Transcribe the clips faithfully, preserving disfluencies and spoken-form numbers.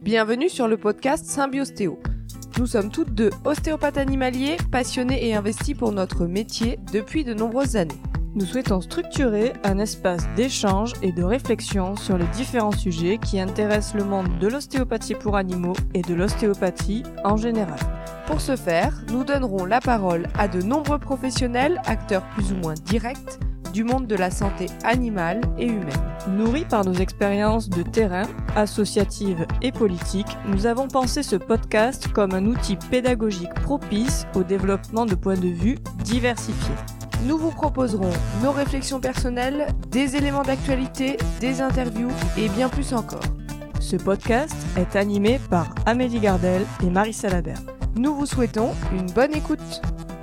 Bienvenue sur le podcast Symbiostéo. Nous sommes toutes deux ostéopathes animaliers, passionnés et investis pour notre métier depuis de nombreuses années. Nous souhaitons structurer un espace d'échange et de réflexion sur les différents sujets qui intéressent le monde de l'ostéopathie pour animaux et de l'ostéopathie en général. Pour ce faire, nous donnerons la parole à de nombreux professionnels, acteurs plus ou moins directs, du monde de la santé animale et humaine. Nourris par nos expériences de terrain, associatives et politiques, nous avons pensé ce podcast comme un outil pédagogique propice au développement de points de vue diversifiés. Nous vous proposerons nos réflexions personnelles, des éléments d'actualité, des interviews et bien plus encore. Ce podcast est animé par Amélie Gardel et Marie Salabert. Nous vous souhaitons une bonne écoute.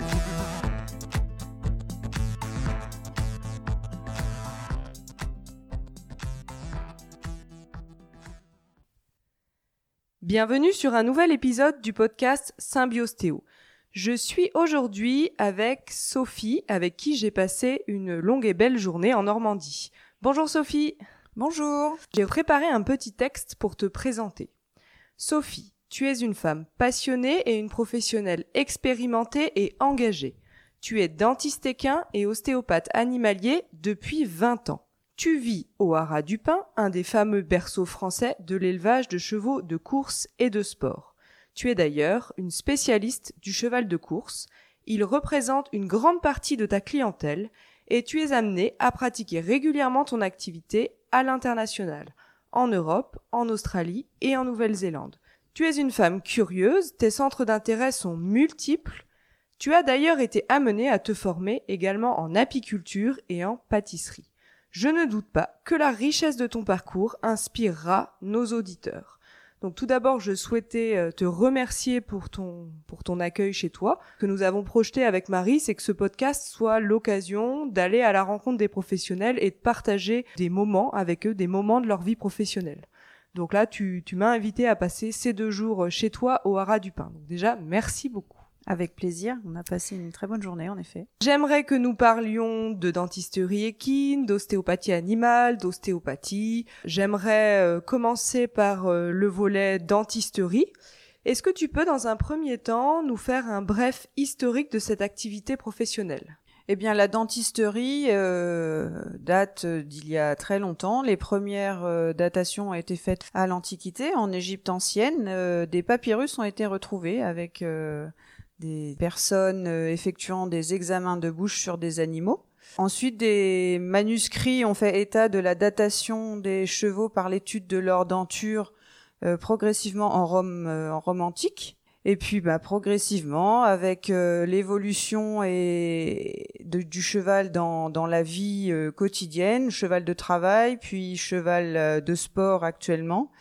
Bienvenue sur un nouvel épisode du podcast Symbiostéo. Je suis aujourd'hui avec Sophie, avec qui j'ai passé une longue et belle journée en Normandie. Bonjour Sophie. Bonjour. J'ai préparé un petit texte pour te présenter. Sophie, tu es une femme passionnée et une professionnelle expérimentée et engagée. Tu es dentiste équin et ostéopathe animalier depuis vingt ans. Tu vis au Haras du Pin, un des fameux berceaux français de l'élevage de chevaux de course et de sport. Tu es d'ailleurs une spécialiste du cheval de course. Il représente une grande partie de ta clientèle et tu es amenée à pratiquer régulièrement ton activité à l'international, en Europe, en Australie et en Nouvelle-Zélande. Tu es une femme curieuse, tes centres d'intérêt sont multiples. Tu as d'ailleurs été amenée à te former également en apiculture et en pâtisserie. Je ne doute pas que la richesse de ton parcours inspirera nos auditeurs. Donc tout d'abord, je souhaitais te remercier pour ton, pour ton accueil chez toi. Ce que nous avons projeté avec Marie, c'est que ce podcast soit l'occasion d'aller à la rencontre des professionnels et de partager des moments avec eux, des moments de leur vie professionnelle. Donc là, tu, tu m'as invité à passer ces deux jours chez toi au Haras du Pin. Donc déjà, merci beaucoup. Avec plaisir, on a passé une très bonne journée en effet. J'aimerais que nous parlions de dentisterie équine, d'ostéopathie animale, d'ostéopathie. J'aimerais euh, commencer par euh, le volet dentisterie. Est-ce que tu peux dans un premier temps nous faire un bref historique de cette activité professionnelle ? Eh bien, la dentisterie euh, date d'il y a très longtemps. Les premières euh, datations ont été faites à l'Antiquité, en Égypte ancienne. Euh, des papyrus ont été retrouvés avec euh, des personnes euh, effectuant des examens de bouche sur des animaux. Ensuite, des manuscrits ont fait état de la datation des chevaux par l'étude de leur denture euh, progressivement en Rome, euh, en Rome antique. Et puis, bah, progressivement, avec euh, l'évolution et de, du cheval dans, dans la vie euh, quotidienne, cheval de travail, puis cheval euh, de sport actuellement,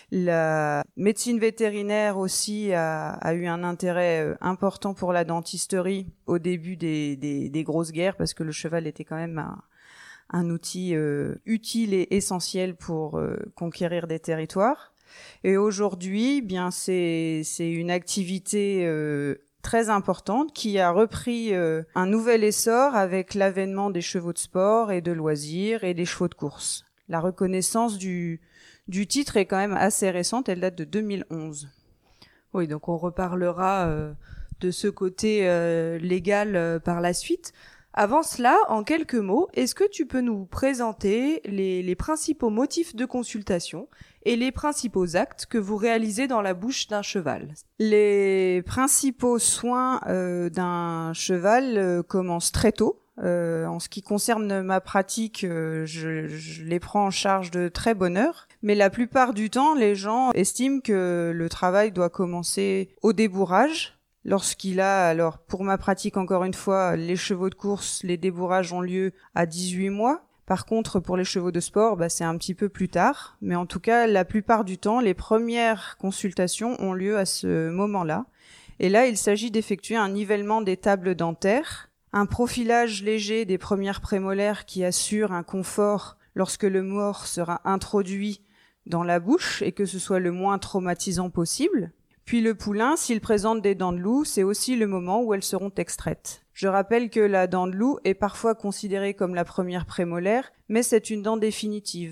la médecine vétérinaire aussi a, a eu un intérêt euh, important pour la dentisterie au début des, des, des grosses guerres, parce que le cheval était quand même un, un outil euh, utile et essentiel pour euh, conquérir des territoires. Et aujourd'hui, bien c'est c'est une activité euh, très importante qui a repris euh, un nouvel essor avec l'avènement des chevaux de sport et de loisirs et des chevaux de course. La reconnaissance du du titre est quand même assez récente, elle date de deux mille onze. Oui, donc on reparlera euh, de ce côté euh, légal euh, par la suite. Avant cela, en quelques mots, est-ce que tu peux nous présenter les, les principaux motifs de consultation et les principaux actes que vous réalisez dans la bouche d'un cheval ? Les principaux soins euh, d'un cheval euh, commencent très tôt. Euh, en ce qui concerne ma pratique, euh, je, je les prends en charge de très bonne heure. Mais la plupart du temps, les gens estiment que le travail doit commencer au débourrage. Lorsqu'il a, alors pour ma pratique encore une fois, les chevaux de course, les débourrages ont lieu à dix-huit mois. Par contre, pour les chevaux de sport, bah, c'est un petit peu plus tard. Mais en tout cas, la plupart du temps, les premières consultations ont lieu à ce moment-là. Et là, il s'agit d'effectuer un nivellement des tables dentaires, un profilage léger des premières prémolaires qui assure un confort lorsque le mort sera introduit dans la bouche et que ce soit le moins traumatisant possible. Puis le poulain, s'il présente des dents de loup, c'est aussi le moment où elles seront extraites. Je rappelle que la dent de loup est parfois considérée comme la première prémolaire, mais c'est une dent définitive.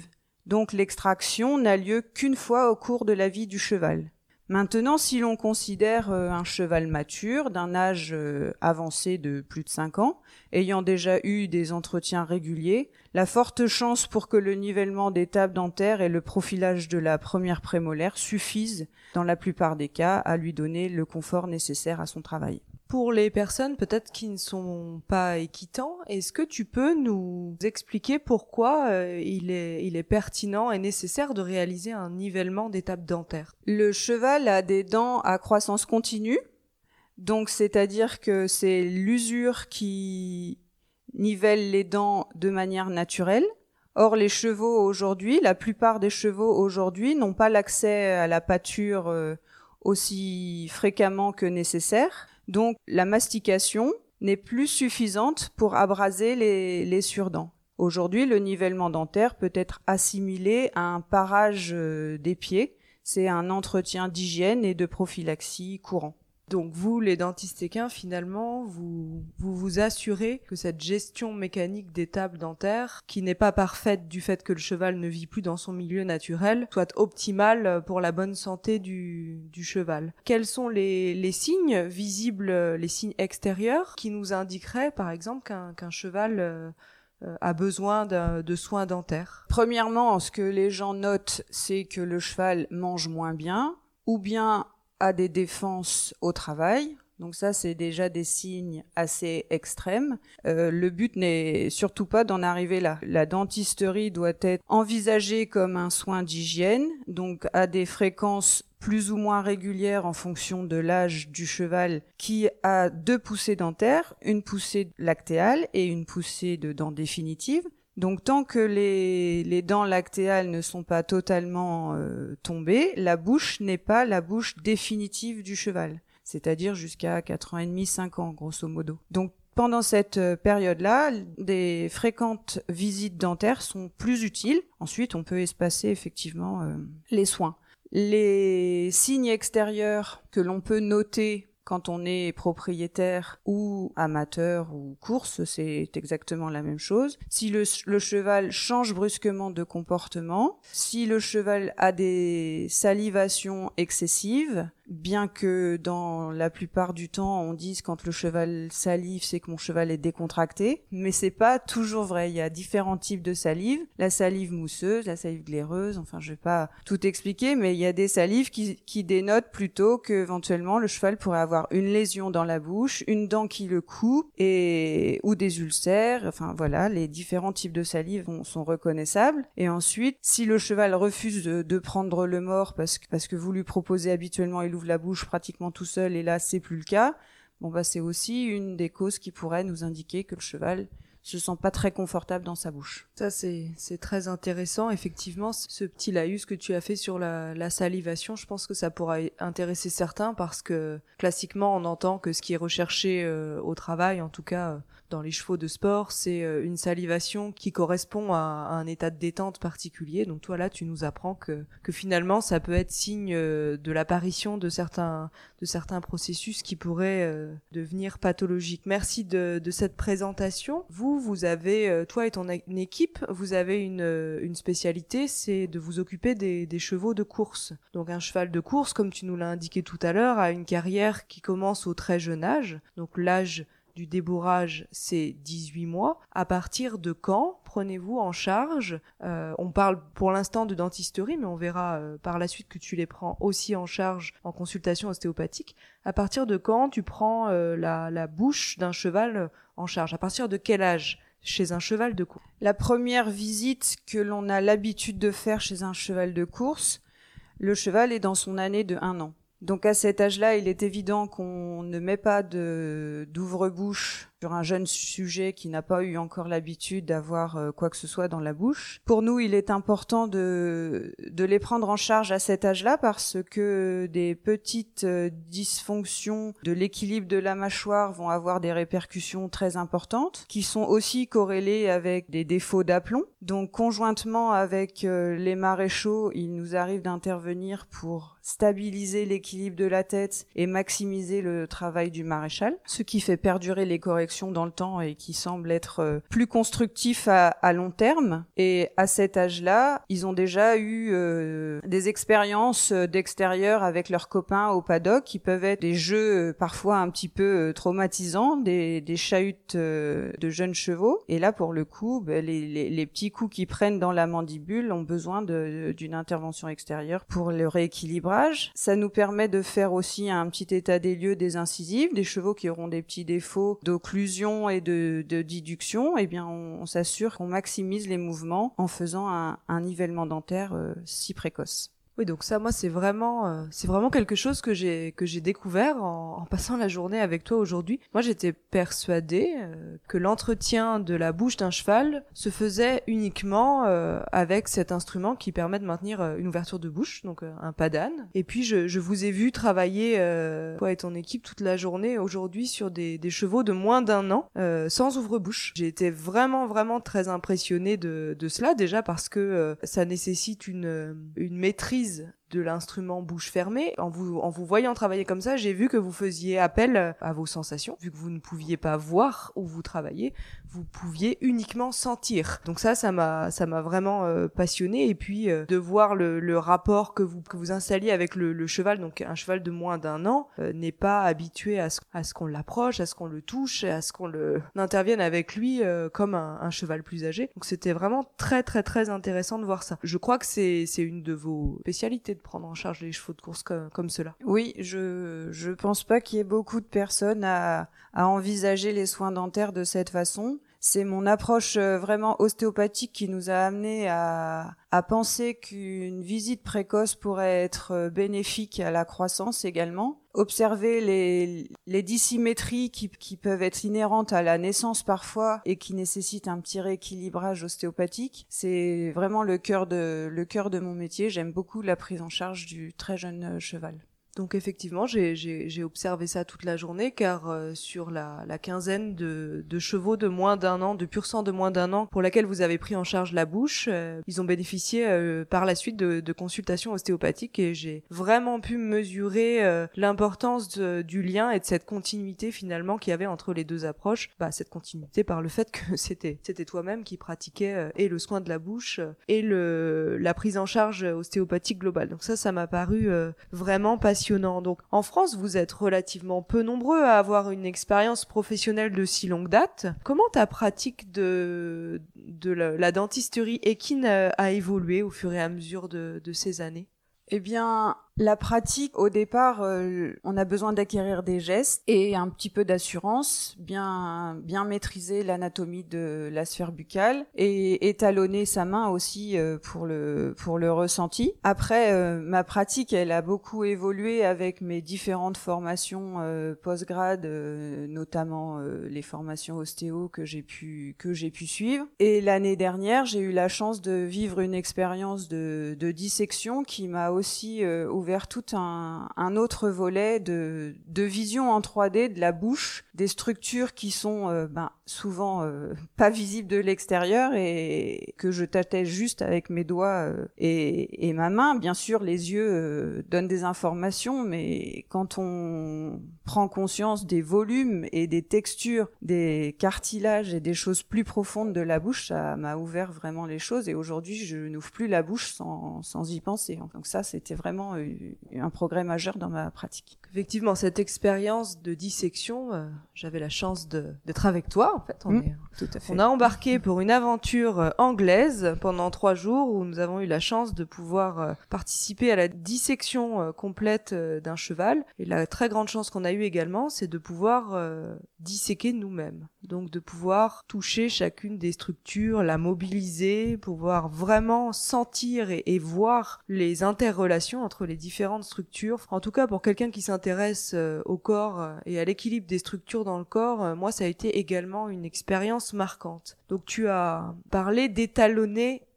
Donc l'extraction n'a lieu qu'une fois au cours de la vie du cheval. Maintenant, si l'on considère euh, un cheval mature, d'un âge euh, avancé de plus de cinq ans, ayant déjà eu des entretiens réguliers, la forte chance pour que le nivellement des tables dentaires et le profilage de la première prémolaire suffisent, dans la plupart des cas, à lui donner le confort nécessaire à son travail. Pour les personnes peut-être qui ne sont pas équitants, est-ce que tu peux nous expliquer pourquoi euh, il est, il est pertinent et nécessaire de réaliser un nivellement des tables dentaires ? Le cheval a des dents à croissance continue, donc c'est-à-dire que c'est l'usure qui nivelle les dents de manière naturelle. Or, les chevaux aujourd'hui, la plupart des chevaux aujourd'hui n'ont pas l'accès à la pâture euh, aussi fréquemment que nécessaire. Donc, la mastication n'est plus suffisante pour abraser les, les surdents. Aujourd'hui, le nivellement dentaire peut être assimilé à un parage euh, des pieds. C'est un entretien d'hygiène et de prophylaxie courant. Donc vous, les dentistes équins, finalement, vous, vous vous assurez que cette gestion mécanique des tables dentaires, qui n'est pas parfaite du fait que le cheval ne vit plus dans son milieu naturel, soit optimale pour la bonne santé du, du cheval. Quels sont les, les signes visibles, les signes extérieurs, qui nous indiqueraient, par exemple, qu'un, qu'un cheval euh, a besoin de, de soins dentaires ? Premièrement, ce que les gens notent, c'est que le cheval mange moins bien, ou bien a des défenses au travail. Donc ça, c'est déjà des signes assez extrêmes. Euh, le but n'est surtout pas d'en arriver là. La dentisterie doit être envisagée comme un soin d'hygiène, donc à des fréquences plus ou moins régulières en fonction de l'âge du cheval, qui a deux poussées dentaires, une poussée lactéale et une poussée de dents définitives. Donc tant que les, les dents lactéales ne sont pas totalement euh, tombées, la bouche n'est pas la bouche définitive du cheval, c'est-à-dire jusqu'à quatre ans et demi, cinq ans, grosso modo. Donc pendant cette période-là, des fréquentes visites dentaires sont plus utiles. Ensuite, on peut espacer effectivement euh, les soins. Les signes extérieurs que l'on peut noter quand on est propriétaire ou amateur ou course, c'est exactement la même chose. Si le, le cheval change brusquement de comportement, si le cheval a des salivations excessives, bien que dans la plupart du temps on dise quand le cheval salive, c'est que mon cheval est décontracté, mais c'est pas toujours vrai. Il y a différents types de salive, la salive mousseuse, la salive glaireuse, enfin je vais pas tout expliquer, mais il y a des salives qui, qui dénotent plutôt qu'éventuellement le cheval pourrait avoir une lésion dans la bouche, une dent qui le coupe, et ou des ulcères. Enfin voilà, les différents types de salive sont, sont reconnaissables. Et ensuite, si le cheval refuse de, de prendre le mors parce que, parce que vous lui proposez habituellement, il ouvre la bouche pratiquement tout seul, et là c'est plus le cas, bon bah c'est aussi une des causes qui pourrait nous indiquer que le cheval se sent pas très confortable dans sa bouche. Ça c'est c'est très intéressant, effectivement, ce petit laïus que tu as fait sur la, la salivation, je pense que ça pourra intéresser certains, parce que classiquement on entend que ce qui est recherché euh, au travail, en tout cas euh, dans les chevaux de sport, c'est euh, une salivation qui correspond à, à un état de détente particulier. Donc toi là tu nous apprends que que finalement ça peut être signe euh, de l'apparition de certains de certains processus qui pourraient euh, devenir pathologiques. Merci de de cette présentation. Vous vous avez euh, toi et ton a- équipe, vous avez une une spécialité, c'est de vous occuper des des chevaux de course. Donc un cheval de course, comme tu nous l'as indiqué tout à l'heure, a une carrière qui commence au très jeune âge. Donc l'âge du débourrage, c'est dix-huit mois. À partir de quand prenez-vous en charge euh, on parle pour l'instant de dentisterie, mais on verra euh, par la suite que tu les prends aussi en charge en consultation ostéopathique. À partir de quand tu prends euh, la, la bouche d'un cheval en charge ? À partir de quel âge chez un cheval de course ? La première visite que l'on a l'habitude de faire chez un cheval de course, le cheval est dans son année de un an. Donc à cet âge-là, il est évident qu'on ne met pas de d'ouvre-bouche sur un jeune sujet qui n'a pas eu encore l'habitude d'avoir euh, quoi que ce soit dans la bouche. Pour nous, il est important de de les prendre en charge à cet âge-là, parce que des petites euh, dysfonctions de l'équilibre de la mâchoire vont avoir des répercussions très importantes, qui sont aussi corrélées avec des défauts d'aplomb. Donc conjointement avec euh, les maréchaux, il nous arrive d'intervenir pour stabiliser l'équilibre de la tête et maximiser le travail du maréchal, ce qui fait perdurer les corrections action dans le temps et qui semble être euh, plus constructif à, à long terme. Et à cet âge-là, ils ont déjà eu euh, des expériences d'extérieur avec leurs copains au paddock qui peuvent être des jeux euh, parfois un petit peu euh, traumatisants, des, des chahutes euh, de jeunes chevaux. Et là, pour le coup, ben, les, les, les petits coups qu'ils prennent dans la mandibule ont besoin de, d'une intervention extérieure pour le rééquilibrage. Ça nous permet de faire aussi un petit état des lieux des incisives, des chevaux qui auront des petits défauts d'occlusion et de, de déduction. Eh bien, on, on s'assure qu'on maximise les mouvements en faisant un, un nivellement dentaire euh, si précoce. Oui, donc ça, moi, c'est vraiment, euh, c'est vraiment quelque chose que j'ai que j'ai découvert en, en passant la journée avec toi aujourd'hui. Moi, j'étais persuadée euh, que l'entretien de la bouche d'un cheval se faisait uniquement euh, avec cet instrument qui permet de maintenir euh, une ouverture de bouche, donc euh, un pas d'âne. Et puis, je, je vous ai vu travailler, euh, toi et ton équipe, toute la journée aujourd'hui sur des, des chevaux de moins d'un an, euh, sans ouvre-bouche. J'ai été vraiment, vraiment très impressionnée de, de cela, déjà parce que euh, ça nécessite une, une maîtrise de l'instrument bouche fermée. En vous, en vous voyant travailler comme ça, j'ai vu que vous faisiez appel à vos sensations. Vu que vous ne pouviez pas voir où vous travaillez, vous pouviez uniquement sentir. Donc ça, ça m'a, ça m'a vraiment euh, passionnée. Et puis, euh, de voir le, le rapport que vous, que vous installiez avec le, le cheval, donc un cheval de moins d'un an, euh, n'est pas habitué à ce, à ce qu'on l'approche, à ce qu'on le touche, à ce qu'on le, intervienne avec lui euh, comme un, un cheval plus âgé. Donc c'était vraiment très, très, très intéressant de voir ça. Je crois que c'est, c'est une de vos spécialités de prendre en charge les chevaux de course comme, comme cela. Oui, je je pense pas qu'il y ait beaucoup de personnes à à envisager les soins dentaires de cette façon. C'est mon approche vraiment ostéopathique qui nous a amené à à penser qu'une visite précoce pourrait être bénéfique à la croissance également. Observer les les dissymétries qui qui peuvent être inhérentes à la naissance parfois et qui nécessitent un petit rééquilibrage ostéopathique, c'est vraiment le cœur de le cœur de mon métier. J'aime beaucoup la prise en charge du très jeune cheval. Donc effectivement, j'ai, j'ai, j'ai observé ça toute la journée, car euh, sur la, la quinzaine de, de chevaux de moins d'un an, de pur sang de moins d'un an, pour laquelle vous avez pris en charge la bouche, euh, ils ont bénéficié euh, par la suite de, de consultations ostéopathiques, et j'ai vraiment pu mesurer euh, l'importance de, du lien et de cette continuité finalement qu'il y avait entre les deux approches. Bah, cette continuité par le fait que c'était, c'était toi-même qui pratiquais euh, et le soin de la bouche euh, et le, la prise en charge ostéopathique globale. Donc ça, ça m'a paru euh, vraiment passionnant. Donc, en France, vous êtes relativement peu nombreux à avoir une expérience professionnelle de si longue date. Comment ta pratique de, de la, la dentisterie équine a, a évolué au fur et à mesure de, de ces années ? Eh bien, la pratique, au départ, euh, on a besoin d'acquérir des gestes et un petit peu d'assurance, bien bien maîtriser l'anatomie de la sphère buccale et étalonner sa main aussi euh, pour le pour le ressenti. Après, euh, ma pratique, elle a beaucoup évolué avec mes différentes formations euh, post-grade, euh, notamment euh, les formations ostéo que j'ai pu que j'ai pu suivre. Et l'année dernière, j'ai eu la chance de vivre une expérience de de dissection qui m'a aussi euh, ouvert tout un, un autre volet de, de vision en trois D de la bouche, des structures qui sont euh, ben, souvent euh, pas visibles de l'extérieur et que je tâtais juste avec mes doigts euh, et, et ma main. Bien sûr, les yeux euh, donnent des informations, mais quand on prend conscience des volumes et des textures, des cartilages et des choses plus profondes de la bouche, ça m'a ouvert vraiment les choses et aujourd'hui, je n'ouvre plus la bouche sans, sans y penser. Donc ça, c'était vraiment un progrès majeur dans ma pratique. Effectivement, cette expérience de dissection, euh, j'avais la chance de, d'être avec toi, en fait. On, mmh, est, tout à fait. On a embarqué pour une aventure euh, anglaise pendant trois jours où nous avons eu la chance de pouvoir euh, participer à la dissection euh, complète euh, d'un cheval. Et la très grande chance qu'on a eue également, c'est de pouvoir euh, disséquer nous-mêmes. Donc de pouvoir toucher chacune des structures, la mobiliser, pouvoir vraiment sentir et, et voir les interrelations entre les différentes structures. En tout cas, pour quelqu'un qui s'intéresse euh, au corps euh, et à l'équilibre des structures dans le corps, euh, moi, ça a été également une expérience marquante. Donc tu as parlé d'étalonner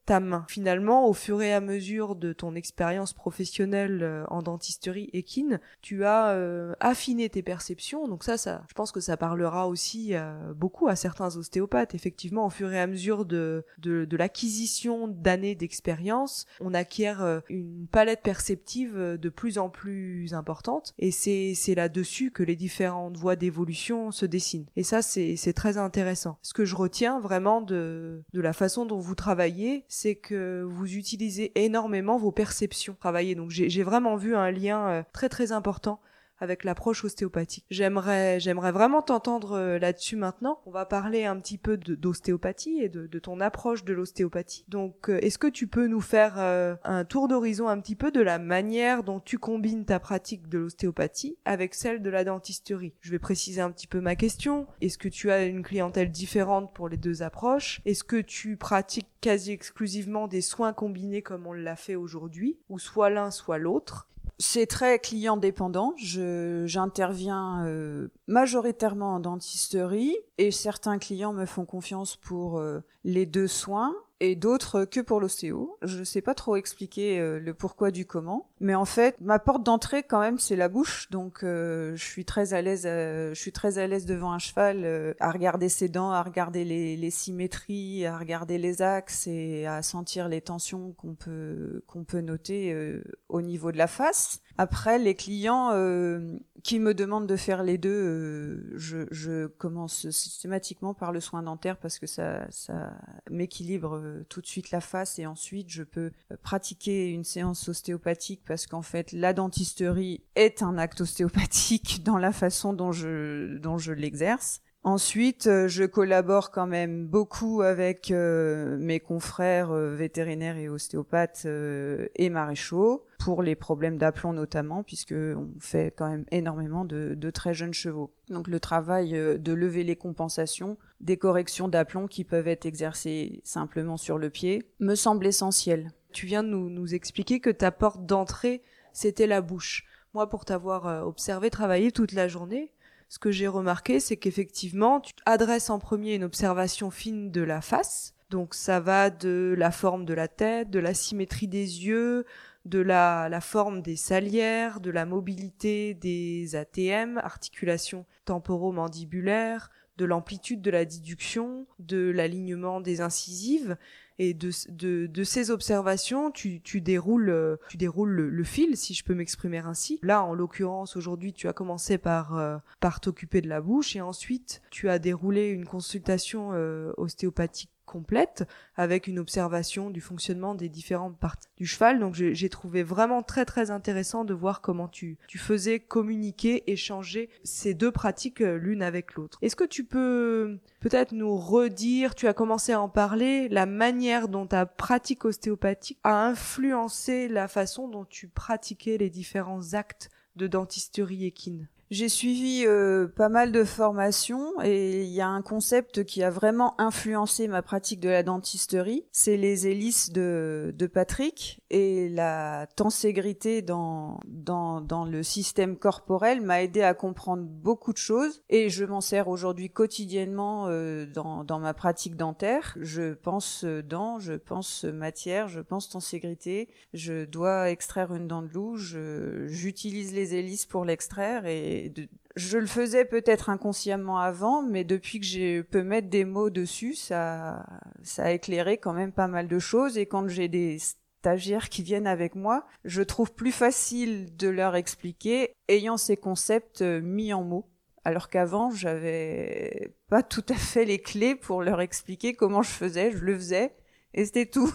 ta main. Finalement, au fur et à mesure de ton expérience professionnelle euh, en dentisterie équine, tu as euh, affiné tes perceptions. Donc ça, ça, je pense que ça parlera aussi euh, beaucoup à certains ostéopathes. Effectivement, au fur et à mesure de, de, de l'acquisition d'années d'expérience, on acquiert euh, une palette perceptive de plus en plus importante. Et c'est, c'est là-dessus que les différentes voies d'évolution se dessinent. Et ça, c'est, c'est très intéressant. Ce que je retiens vraiment de, de la façon dont vous travaillez, c'est que vous utilisez énormément vos perceptions. Travailler. Donc j'ai, j'ai vraiment vu un lien euh, très très important avec l'approche ostéopathique. J'aimerais, j'aimerais vraiment t'entendre euh, là-dessus maintenant. On va parler un petit peu de, d'ostéopathie et de, de ton approche de l'ostéopathie. Donc, euh, est-ce que tu peux nous faire euh, un tour d'horizon un petit peu de la manière dont tu combines ta pratique de l'ostéopathie avec celle de la dentisterie? Je vais préciser un petit peu ma question. Est-ce que tu as une clientèle différente pour les deux approches? Est-ce que tu pratiques quasi exclusivement des soins combinés comme on l'a fait aujourd'hui, ou soit l'un, soit l'autre? C'est très client dépendant. Je, j'interviens euh, majoritairement en dentisterie et certains clients me font confiance pour euh, les deux soins et d'autres que pour l'ostéo. Je ne sais pas trop expliquer euh, le pourquoi du comment, mais en fait, ma porte d'entrée quand même, c'est la bouche. Donc, euh, je suis très à l'aise. Euh, je suis très à l'aise devant un cheval, euh, à regarder ses dents, à regarder les, les symétries, à regarder les axes et à sentir les tensions qu'on peut qu'on peut noter euh, au niveau de la face. Après, les clients euh, qui me demandent de faire les deux, euh, je, je commence systématiquement par le soin dentaire parce que ça, ça m'équilibre euh, tout de suite la face et ensuite je peux pratiquer une séance ostéopathique parce qu'en fait, la dentisterie est un acte ostéopathique dans la façon dont je, dont je l'exerce. Ensuite, euh, je collabore quand même beaucoup avec euh, mes confrères euh, vétérinaires et ostéopathes euh, et maréchaux pour les problèmes d'aplomb notamment, puisque on fait quand même énormément de, de très jeunes chevaux. Donc le travail euh, de lever les compensations, des corrections d'aplomb qui peuvent être exercées simplement sur le pied, me semble essentiel. Tu viens de nous, nous expliquer que ta porte d'entrée, c'était la bouche. Moi, pour t'avoir euh, observé travailler toute la journée, ce que j'ai remarqué, c'est qu'effectivement, tu adresses en premier une observation fine de la face. Donc ça va de la forme de la tête, de la symétrie des yeux, de la, la forme des salières, de la mobilité des A T M, articulations temporomandibulaires, de l'amplitude de la déduction, de l'alignement des incisives. Et de, de, de ces observations, tu, tu déroules, tu déroules le, le fil, si je peux m'exprimer ainsi. Là, en l'occurrence, aujourd'hui, tu as commencé par, euh, par t'occuper de la bouche et ensuite, tu as déroulé une consultation euh, ostéopathique complète avec une observation du fonctionnement des différentes parties du cheval. Donc j'ai, j'ai trouvé vraiment très très intéressant de voir comment tu, tu faisais communiquer, échanger ces deux pratiques euh, l'une avec l'autre. Est-ce que tu peux peut-être nous redire, tu as commencé à en parler, la manière dont ta pratique ostéopathique a influencé la façon dont tu pratiquais les différents actes de dentisterie équine? J'ai suivi euh, pas mal de formations et il y a un concept qui a vraiment influencé ma pratique de la dentisterie, c'est les hélices de, de Patrick, et la tenségrité dans, dans, dans le système corporel m'a aidé à comprendre beaucoup de choses et je m'en sers aujourd'hui quotidiennement euh, dans, dans ma pratique dentaire. Je pense dents, je pense matière, je pense tenségrité, je dois extraire une dent de loup, je, j'utilise les hélices pour l'extraire et De, je le faisais peut-être inconsciemment avant, mais depuis que je peux mettre des mots dessus, ça, ça a éclairé quand même pas mal de choses. Et quand j'ai des stagiaires qui viennent avec moi, je trouve plus facile de leur expliquer, ayant ces concepts mis en mots. Alors qu'avant, j'avais pas tout à fait les clés pour leur expliquer comment je faisais. Je le faisais et c'était tout.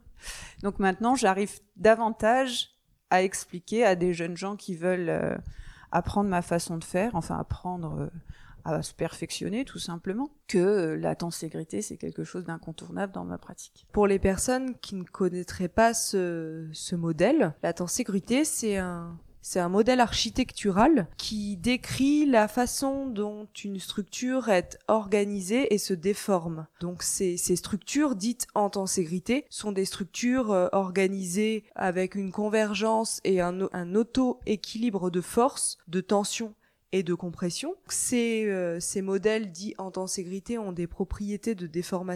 Donc maintenant, j'arrive davantage à expliquer à des jeunes gens qui veulent euh, apprendre ma façon de faire, enfin apprendre euh, à se perfectionner tout simplement, que euh, la tenségrité c'est quelque chose d'incontournable dans ma pratique. Pour les personnes qui ne connaîtraient pas ce, ce modèle, la tenségrité c'est un, c'est un modèle architectural qui décrit la façon dont une structure est organisée et se déforme. Donc ces, ces structures dites en tenségrité sont des structures euh, organisées avec une convergence et un, un auto-équilibre de force, de tension et de compression. Ces, euh, ces modèles dits en tenségrité ont des propriétés de déformation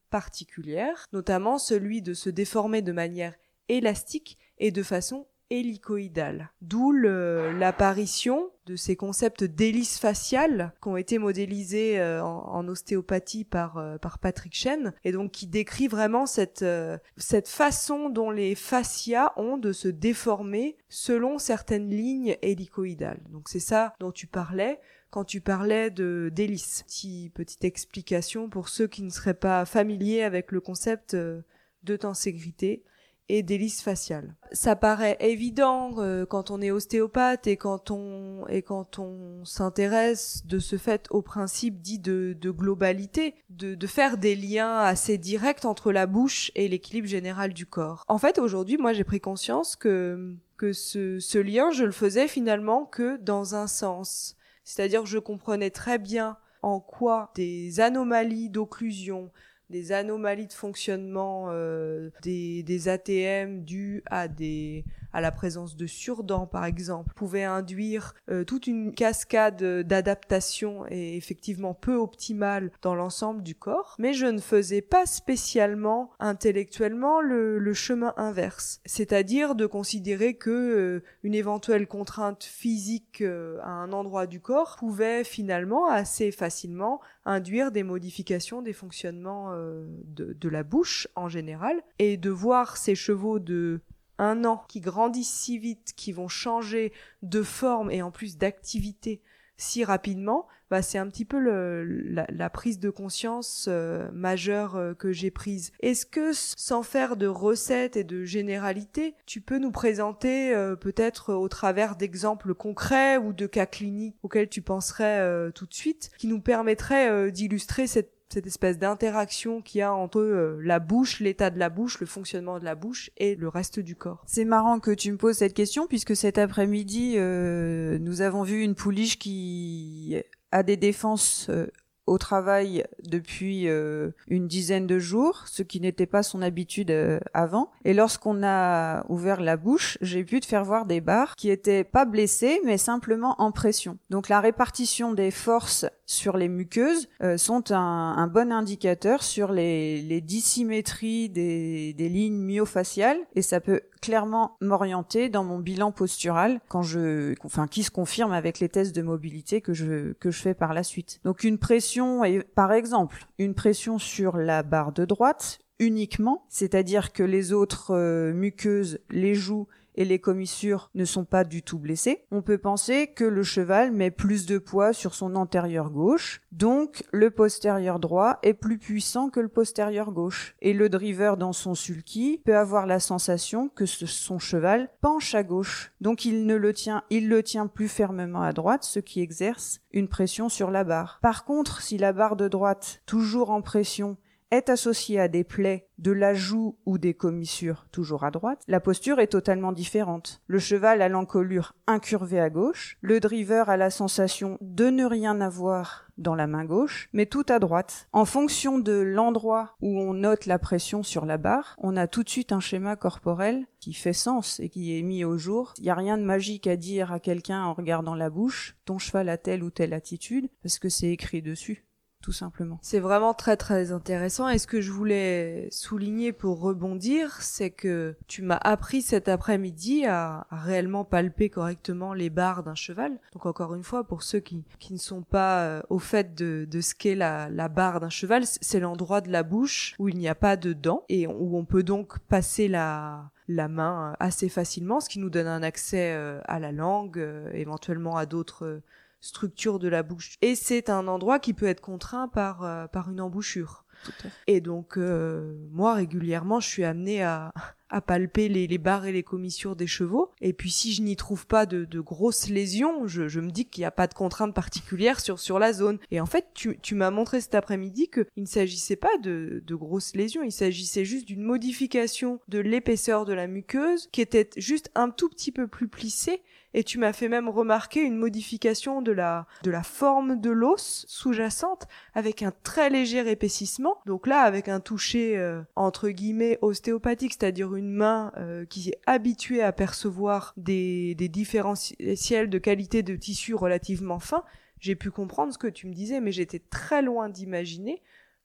particulières, notamment celui de se déformer de manière élastique et de façon hélicoïdale. D'où le, l'apparition de ces concepts d'hélice faciale qui ont été modélisés euh, en, en ostéopathie par, euh, par Patrick Chen, et donc qui décrit vraiment cette, euh, cette façon dont les fascias ont de se déformer selon certaines lignes hélicoïdales. Donc c'est ça dont tu parlais quand tu parlais de d'hélice. Petit, petite explication pour ceux qui ne seraient pas familiers avec le concept euh, de tenségrité et d'hélice faciale. Ça paraît évident euh, quand on est ostéopathe et quand on et quand on s'intéresse de ce fait au principe dit de, de globalité, de, de faire des liens assez directs entre la bouche et l'équilibre général du corps. En fait, aujourd'hui, moi, j'ai pris conscience que que ce, ce lien, je le faisais finalement que dans un sens. C'est-à-dire que je comprenais très bien en quoi des anomalies d'occlusion, des anomalies de fonctionnement, euh, des, des A T M dus à des à la présence de surdents par exemple, pouvaient induire euh, toute une cascade d'adaptations et effectivement peu optimales dans l'ensemble du corps, mais je ne faisais pas spécialement intellectuellement le, le chemin inverse, c'est-à-dire de considérer que euh, une éventuelle contrainte physique euh, à un endroit du corps pouvait finalement assez facilement induire des modifications des fonctionnements euh, de, de la bouche en général, et de voir ces chevaux de un an qui grandissent si vite, qui vont changer de forme et en plus d'activité si rapidement, bah c'est un petit peu le, la, la prise de conscience euh, majeure euh, que j'ai prise. Est-ce que, sans faire de recettes et de généralités, tu peux nous présenter euh, peut-être au travers d'exemples concrets ou de cas cliniques auxquels tu penserais euh, tout de suite, qui nous permettraient euh, d'illustrer cette cette espèce d'interaction qu'il y a entre euh, la bouche, l'état de la bouche, le fonctionnement de la bouche et le reste du corps. C'est marrant que tu me poses cette question puisque cet après-midi, euh, nous avons vu une pouliche qui a des défenses euh, au travail depuis euh, une dizaine de jours, ce qui n'était pas son habitude euh, avant. Et lorsqu'on a ouvert la bouche, j'ai pu te faire voir des barres qui étaient pas blessées, mais simplement en pression. Donc la répartition des forces sur les muqueuses euh, sont un, un bon indicateur sur les, les dissymétries des, des lignes myofaciales, et ça peut clairement m'orienter dans mon bilan postural quand je, enfin, qui se confirme avec les tests de mobilité que je, que je fais par la suite. Donc une pression, est, par exemple, une pression sur la barre de droite uniquement, c'est-à-dire que les autres euh, muqueuses, les joues et les commissures ne sont pas du tout blessées. On peut penser que le cheval met plus de poids sur son antérieur gauche, donc le postérieur droit est plus puissant que le postérieur gauche. Et le driver dans son sulky peut avoir la sensation que ce, son cheval penche à gauche. Donc il ne le tient, il le tient plus fermement à droite, ce qui exerce une pression sur la barre. Par contre, si la barre de droite, toujours en pression, est associée à des plaies de la joue ou des commissures toujours à droite, la posture est totalement différente. Le cheval a l'encolure incurvée à gauche, le driver a la sensation de ne rien avoir dans la main gauche, mais tout à droite. En fonction de l'endroit où on note la pression sur la barre, on a tout de suite un schéma corporel qui fait sens et qui est mis au jour. Il n'y a rien de magique à dire à quelqu'un en regardant la bouche, ton cheval a telle ou telle attitude, parce que c'est écrit dessus. Tout simplement. C'est vraiment très très intéressant, et ce que je voulais souligner pour rebondir, c'est que tu m'as appris cet après-midi à, à réellement palper correctement les barres d'un cheval. Donc encore une fois, pour ceux qui, qui ne sont pas euh, au fait de, de ce qu'est la, la barre d'un cheval, c'est l'endroit de la bouche où il n'y a pas de dents et où on peut donc passer la... la main assez facilement, ce qui nous donne un accès euh, à la langue, euh, éventuellement à d'autres euh, structure de la bouche. Et c'est un endroit qui peut être contraint par, euh, par une embouchure. Tout à fait. Et donc, euh, moi, régulièrement, je suis amenée à, à palper les, les barres et les commissures des chevaux. Et puis, si je n'y trouve pas de, de grosses lésions, je, je me dis qu'il n'y a pas de contrainte particulière sur, sur la zone. Et en fait, tu, tu m'as montré cet après-midi qu'il ne s'agissait pas de, de grosses lésions. Il s'agissait juste d'une modification de l'épaisseur de la muqueuse qui était juste un tout petit peu plus plissée. Et tu m'as fait même remarquer une modification de la, de la forme de l'os sous-jacente avec un très léger épaississement. Donc là, avec un toucher, euh, entre guillemets, ostéopathique, c'est-à-dire une main euh, qui est habituée à percevoir des, des différentiels de qualité de tissu relativement fins, j'ai pu comprendre ce que tu me disais, mais j'étais très loin d'imaginer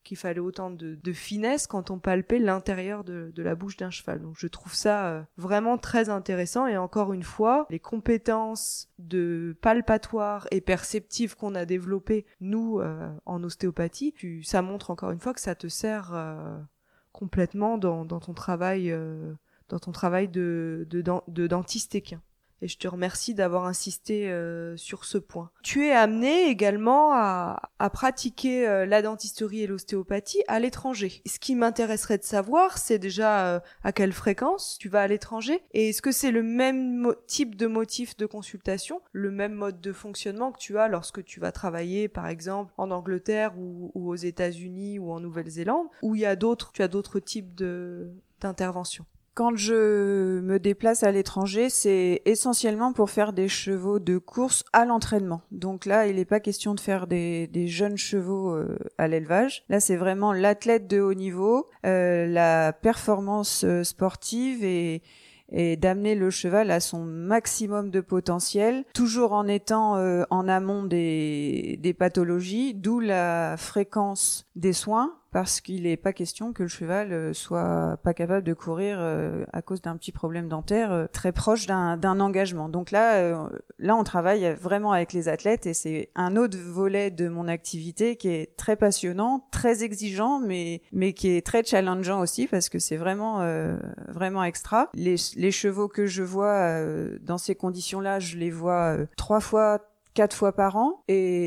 qu'il fallait autant de, de finesse quand on palpait l'intérieur de, de la bouche d'un cheval. Donc je trouve ça euh, vraiment très intéressant et encore une fois, les compétences de palpatoire et perceptives qu'on a développées, nous, euh, en ostéopathie, tu, ça montre encore une fois que ça te sert euh, complètement dans, dans ton travail, euh, dans ton travail de, de, de, de dentiste équin. Et je te remercie d'avoir insisté euh, sur ce point. Tu es amené également à, à pratiquer euh, la dentisterie et l'ostéopathie à l'étranger. Ce qui m'intéresserait de savoir, c'est déjà euh, à quelle fréquence tu vas à l'étranger et est-ce que c'est le même mo- type de motif de consultation, le même mode de fonctionnement que tu as lorsque tu vas travailler, par exemple, en Angleterre ou, ou aux États-Unis ou en Nouvelle-Zélande, ou il y a d'autres, tu as d'autres types de, d'interventions. Quand je me déplace à l'étranger, c'est essentiellement pour faire des chevaux de course à l'entraînement. Donc là, il n'est pas question de faire des, des jeunes chevaux euh, à l'élevage. Là, c'est vraiment l'athlète de haut niveau, euh, la performance euh, sportive et, et d'amener le cheval à son maximum de potentiel, toujours en étant euh, en amont des, des pathologies, d'où la fréquence des soins, parce qu'il n'est pas question que le cheval euh, soit pas capable de courir euh, à cause d'un petit problème dentaire euh, très proche d'un, d'un engagement. Donc là, euh, là, on travaille vraiment avec les athlètes et c'est un autre volet de mon activité qui est très passionnant, très exigeant, mais mais qui est très challengeant aussi parce que c'est vraiment euh, vraiment extra. Les les chevaux que je vois euh, dans ces conditions-là, je les vois euh, trois fois, quatre fois par an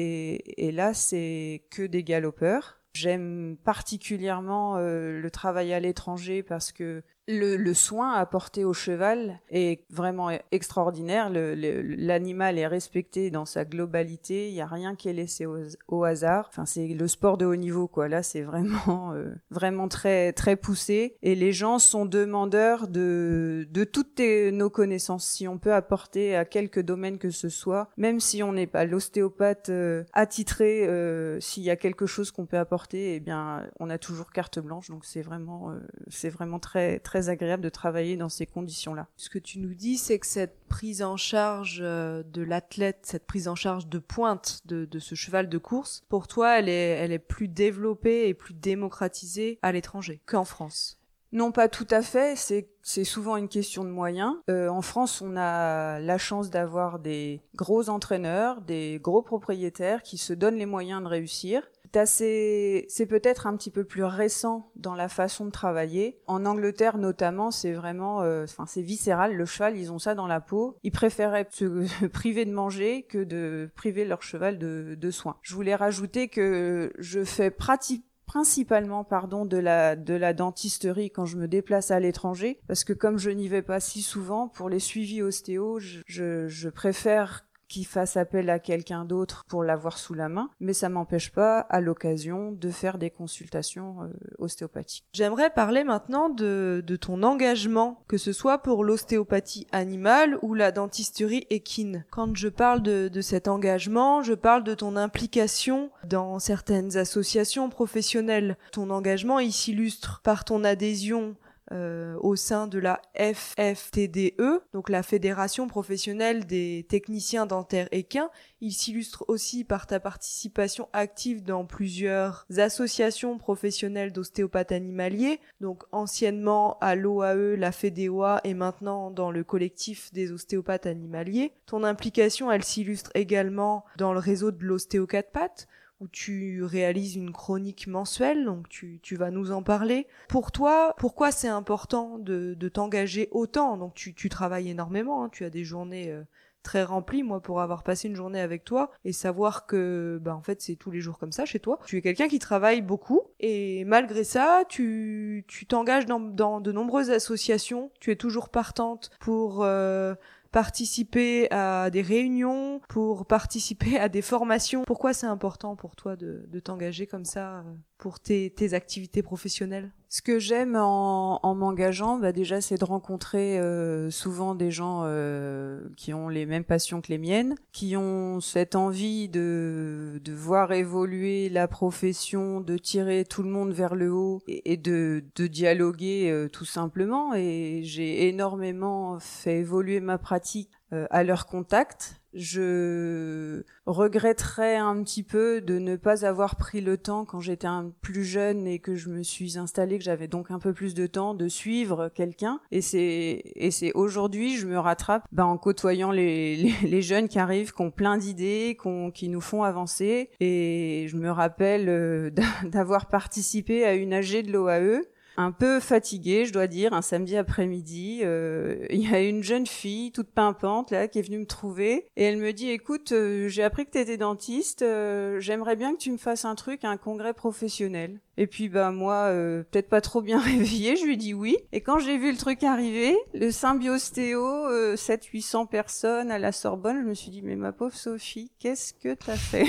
et et là, c'est que des galopeurs. J'aime particulièrement euh, le travail à l'étranger parce que le, le soin apporté au cheval est vraiment extraordinaire. Le, le, l'animal est respecté dans sa globalité. Il n'y a rien qui est laissé au, au hasard. Enfin, c'est le sport de haut niveau, quoi. Là, c'est vraiment, euh, vraiment très, très poussé. Et les gens sont demandeurs de, de toutes tes, nos connaissances. Si on peut apporter à quelque domaine que ce soit, même si on n'est pas l'ostéopathe euh, attitré, euh, s'il y a quelque chose qu'on peut apporter, eh bien, on a toujours carte blanche. Donc, c'est vraiment, euh, c'est vraiment très, très agréable de travailler dans ces conditions-là. Ce que tu nous dis, c'est que cette prise en charge de l'athlète, cette prise en charge de pointe de, de ce cheval de course, pour toi, elle est, elle est plus développée et plus démocratisée à l'étranger qu'en France. Non, pas tout à fait. C'est, c'est souvent une question de moyens. Euh, en France, on a la chance d'avoir des gros entraîneurs, des gros propriétaires qui se donnent les moyens de réussir. C'est assez, c'est peut-être un petit peu plus récent dans la façon de travailler. En Angleterre, notamment, c'est vraiment, euh, enfin, c'est viscéral. Le cheval, ils ont ça dans la peau. Ils préféraient se priver de manger que de priver leur cheval de, de soins. Je voulais rajouter que je fais pratique principalement pardon de la de la dentisterie quand je me déplace à l'étranger parce que comme je n'y vais pas si souvent pour les suivis ostéo je je, je préfère qu'ils fassent appel à quelqu'un d'autre pour l'avoir sous la main, mais ça m'empêche pas, à l'occasion, de faire des consultations euh, ostéopathiques. J'aimerais parler maintenant de, de ton engagement, que ce soit pour l'ostéopathie animale ou la dentisterie équine. Quand je parle de, de cet engagement, je parle de ton implication dans certaines associations professionnelles. Ton engagement, il s'illustre par ton adhésion Euh, au sein de la F F T D E, donc la Fédération professionnelle des techniciens dentaires équins. Il s'illustre aussi par ta participation active dans plusieurs associations professionnelles d'ostéopathes animaliers, donc anciennement à l'O A E, la FEDEOA et maintenant dans le collectif des ostéopathes animaliers. Ton implication, elle s'illustre également dans le réseau de l'ostéo quatre pattes, où tu réalises une chronique mensuelle, donc tu, tu vas nous en parler. Pour toi, pourquoi c'est important de, de t'engager autant ? Donc tu, tu travailles énormément, hein, tu as des journées euh, très remplies. Moi, pour avoir passé une journée avec toi et savoir que, bah, en fait, c'est tous les jours comme ça chez toi. Tu es quelqu'un qui travaille beaucoup et malgré ça, tu, tu t'engages dans, dans de nombreuses associations. Tu es toujours partante pour Euh, participer à des réunions, pour participer à des formations. Pourquoi c'est important pour toi de, de t'engager comme ça pour tes, tes activités professionnelles ? Ce que j'aime en, en m'engageant, bah déjà, c'est de rencontrer euh, souvent des gens euh, qui ont les mêmes passions que les miennes, qui ont cette envie de, de voir évoluer la profession, de tirer tout le monde vers le haut et, et de, de dialoguer euh, tout simplement. Et j'ai énormément fait évoluer ma pratique euh, à leur contact. Je regretterais un petit peu de ne pas avoir pris le temps quand j'étais un plus jeune et que je me suis installée, que j'avais donc un peu plus de temps de suivre quelqu'un. Et c'est et c'est aujourd'hui je me rattrape ben, en côtoyant les, les les jeunes qui arrivent, qui ont plein d'idées, qui, ont, qui nous font avancer. Et je me rappelle euh, d'avoir participé à une A G de l'O A E. Un peu fatiguée, je dois dire, un samedi après-midi, euh, il y a une jeune fille toute pimpante là qui est venue me trouver et elle me dit écoute, euh, j'ai appris que tu étais dentiste, euh, j'aimerais bien que tu me fasses un truc, un congrès professionnel. Et puis bah moi, euh, peut-être pas trop bien réveillée, je lui dis oui. Et quand j'ai vu le truc arriver, le Symbiostéo, euh, sept cents huit cents personnes à la Sorbonne, je me suis dit mais ma pauvre Sophie, qu'est-ce que t'as fait?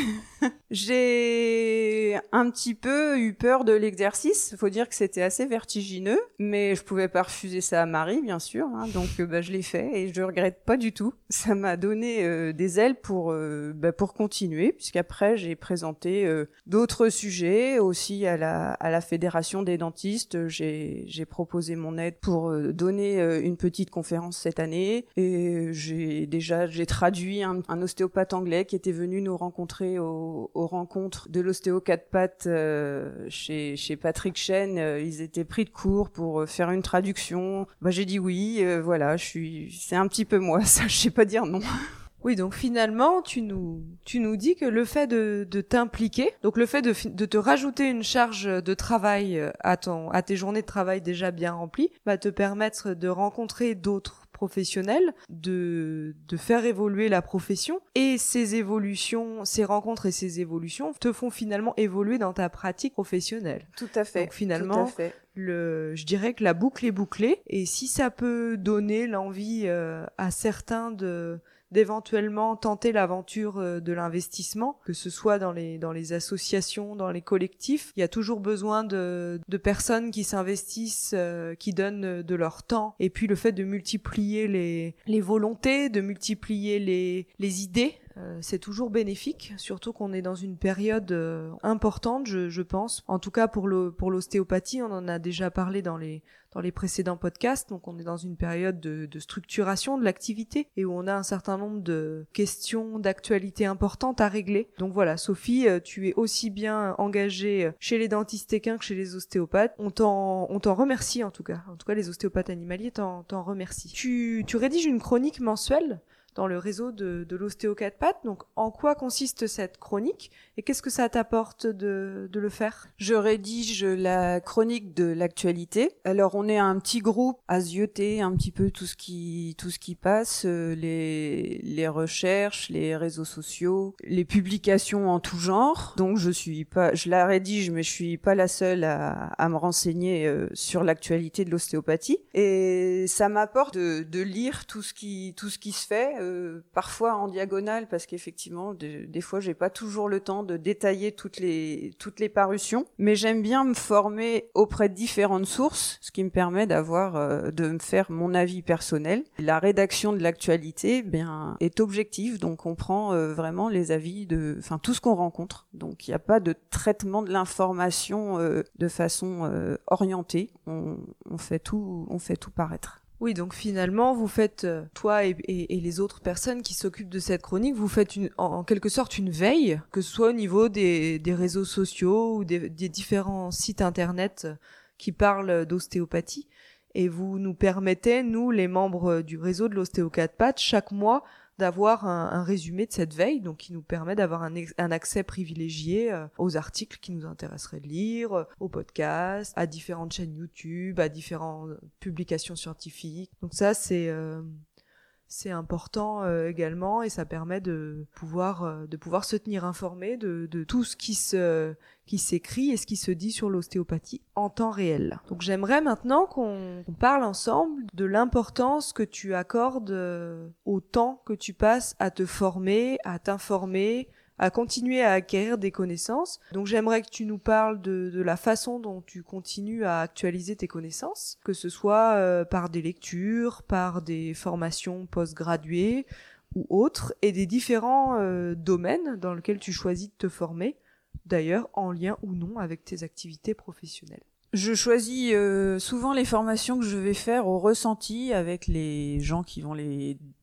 J'ai un petit peu eu peur de l'exercice, faut dire que c'était assez vertigineux, mais je pouvais pas refuser ça à Marie, bien sûr, hein, donc euh, bah, je l'ai fait et je regrette pas du tout. Ça m'a donné euh, des ailes pour, euh, bah, pour continuer, puisqu'après j'ai présenté euh, d'autres sujets aussi à la à la Fédération des dentistes. J'ai, j'ai proposé mon aide pour euh, donner euh, une petite conférence cette année et j'ai déjà j'ai traduit un, un ostéopathe anglais qui était venu nous rencontrer au, aux rencontres de l'ostéo quatre pattes euh, chez, chez Patrick Chen. Euh, ils étaient pris de court pour euh, faire une traduction. Bah, j'ai dit oui, euh, voilà, je suis, c'est un petit peu moi, ça, je sais pas dire non. Oui, donc finalement, tu nous, tu nous dis que le fait de, de t'impliquer, donc le fait de, de te rajouter une charge de travail à ton, à tes journées de travail déjà bien remplies, va te permettre de rencontrer d'autres professionnels, de, de faire évoluer la profession, et ces évolutions, ces rencontres et ces évolutions te font finalement évoluer dans ta pratique professionnelle. Tout à fait. Donc finalement, tout à fait. Le, je dirais que la boucle est bouclée, et si ça peut donner l'envie euh, à certains de d'éventuellement tenter l'aventure de l'investissement, que ce soit dans les dans les associations, dans les collectifs, il y a toujours besoin de de personnes qui s'investissent, euh, qui donnent de leur temps, et puis le fait de multiplier les les volontés, de multiplier les les idées, euh, c'est toujours bénéfique, surtout qu'on est dans une période euh, importante, je je pense. En tout cas pour le pour l'ostéopathie, on en a déjà parlé dans les dans les précédents podcasts. Donc on est dans une période de, de structuration de l'activité et où on a un certain nombre de questions d'actualité importantes à régler. Donc voilà, Sophie, tu es aussi bien engagée chez les dentistes équins que chez les ostéopathes. On t'en, on t'en remercie en tout cas. En tout cas, les ostéopathes animaliers t'en, t'en remercient. Tu, tu rédiges une chronique mensuelle dans le réseau de, de l'ostéo quatre pattes. Donc, en quoi consiste cette chronique et qu'est-ce que ça t'apporte de, de le faire? Je rédige la chronique de l'actualité. Alors, on est un petit groupe à zioter un petit peu tout ce qui, tout ce qui passe, euh, les, les recherches, les réseaux sociaux, les publications en tout genre. Donc, je suis pas, je la rédige, mais je suis pas la seule à, à me renseigner euh, sur l'actualité de l'ostéopathie. Et ça m'apporte de, de lire tout ce qui, tout ce qui se fait. Euh, parfois en diagonale parce qu'effectivement de, des fois j'ai pas toujours le temps de détailler toutes les toutes les parutions, mais j'aime bien me former auprès de différentes sources, ce qui me permet d'avoir euh, de me faire mon avis personnel. La rédaction de l'actualité bien est objective, donc on prend euh, vraiment les avis de enfin tout ce qu'on rencontre. Donc il n'y a pas de traitement de l'information euh, de façon euh, orientée. On, on fait tout on fait tout paraître. Oui, donc finalement, vous faites, euh, toi et, et, et les autres personnes qui s'occupent de cette chronique, vous faites une, en, en quelque sorte une veille, que ce soit au niveau des, des réseaux sociaux ou des, des différents sites internet qui parlent d'ostéopathie. Et vous nous permettez, nous, les membres du réseau de l'ostéo quatre pattes, chaque mois, d'avoir un, un résumé de cette veille, donc qui nous permet d'avoir un, ex- un accès privilégié euh, aux articles qui nous intéresseraient de lire, euh, aux podcasts, à différentes chaînes YouTube, à différentes publications scientifiques. Donc ça, c'est euh, c'est important euh, également, et ça permet de pouvoir euh, de pouvoir se tenir informé de, de tout ce qui se qui s'écrit et ce qui se dit sur l'ostéopathie en temps réel. Donc j'aimerais maintenant qu'on, qu'on parle ensemble de l'importance que tu accordes euh, au temps que tu passes à te former, à t'informer, à continuer à acquérir des connaissances. Donc j'aimerais que tu nous parles de, de la façon dont tu continues à actualiser tes connaissances, que ce soit euh, par des lectures, par des formations post-graduées ou autres, et des différents euh, domaines dans lesquels tu choisis de te former, d'ailleurs en lien ou non avec tes activités professionnelles. Je choisis euh, souvent les formations que je vais faire au ressenti avec les gens qui vont les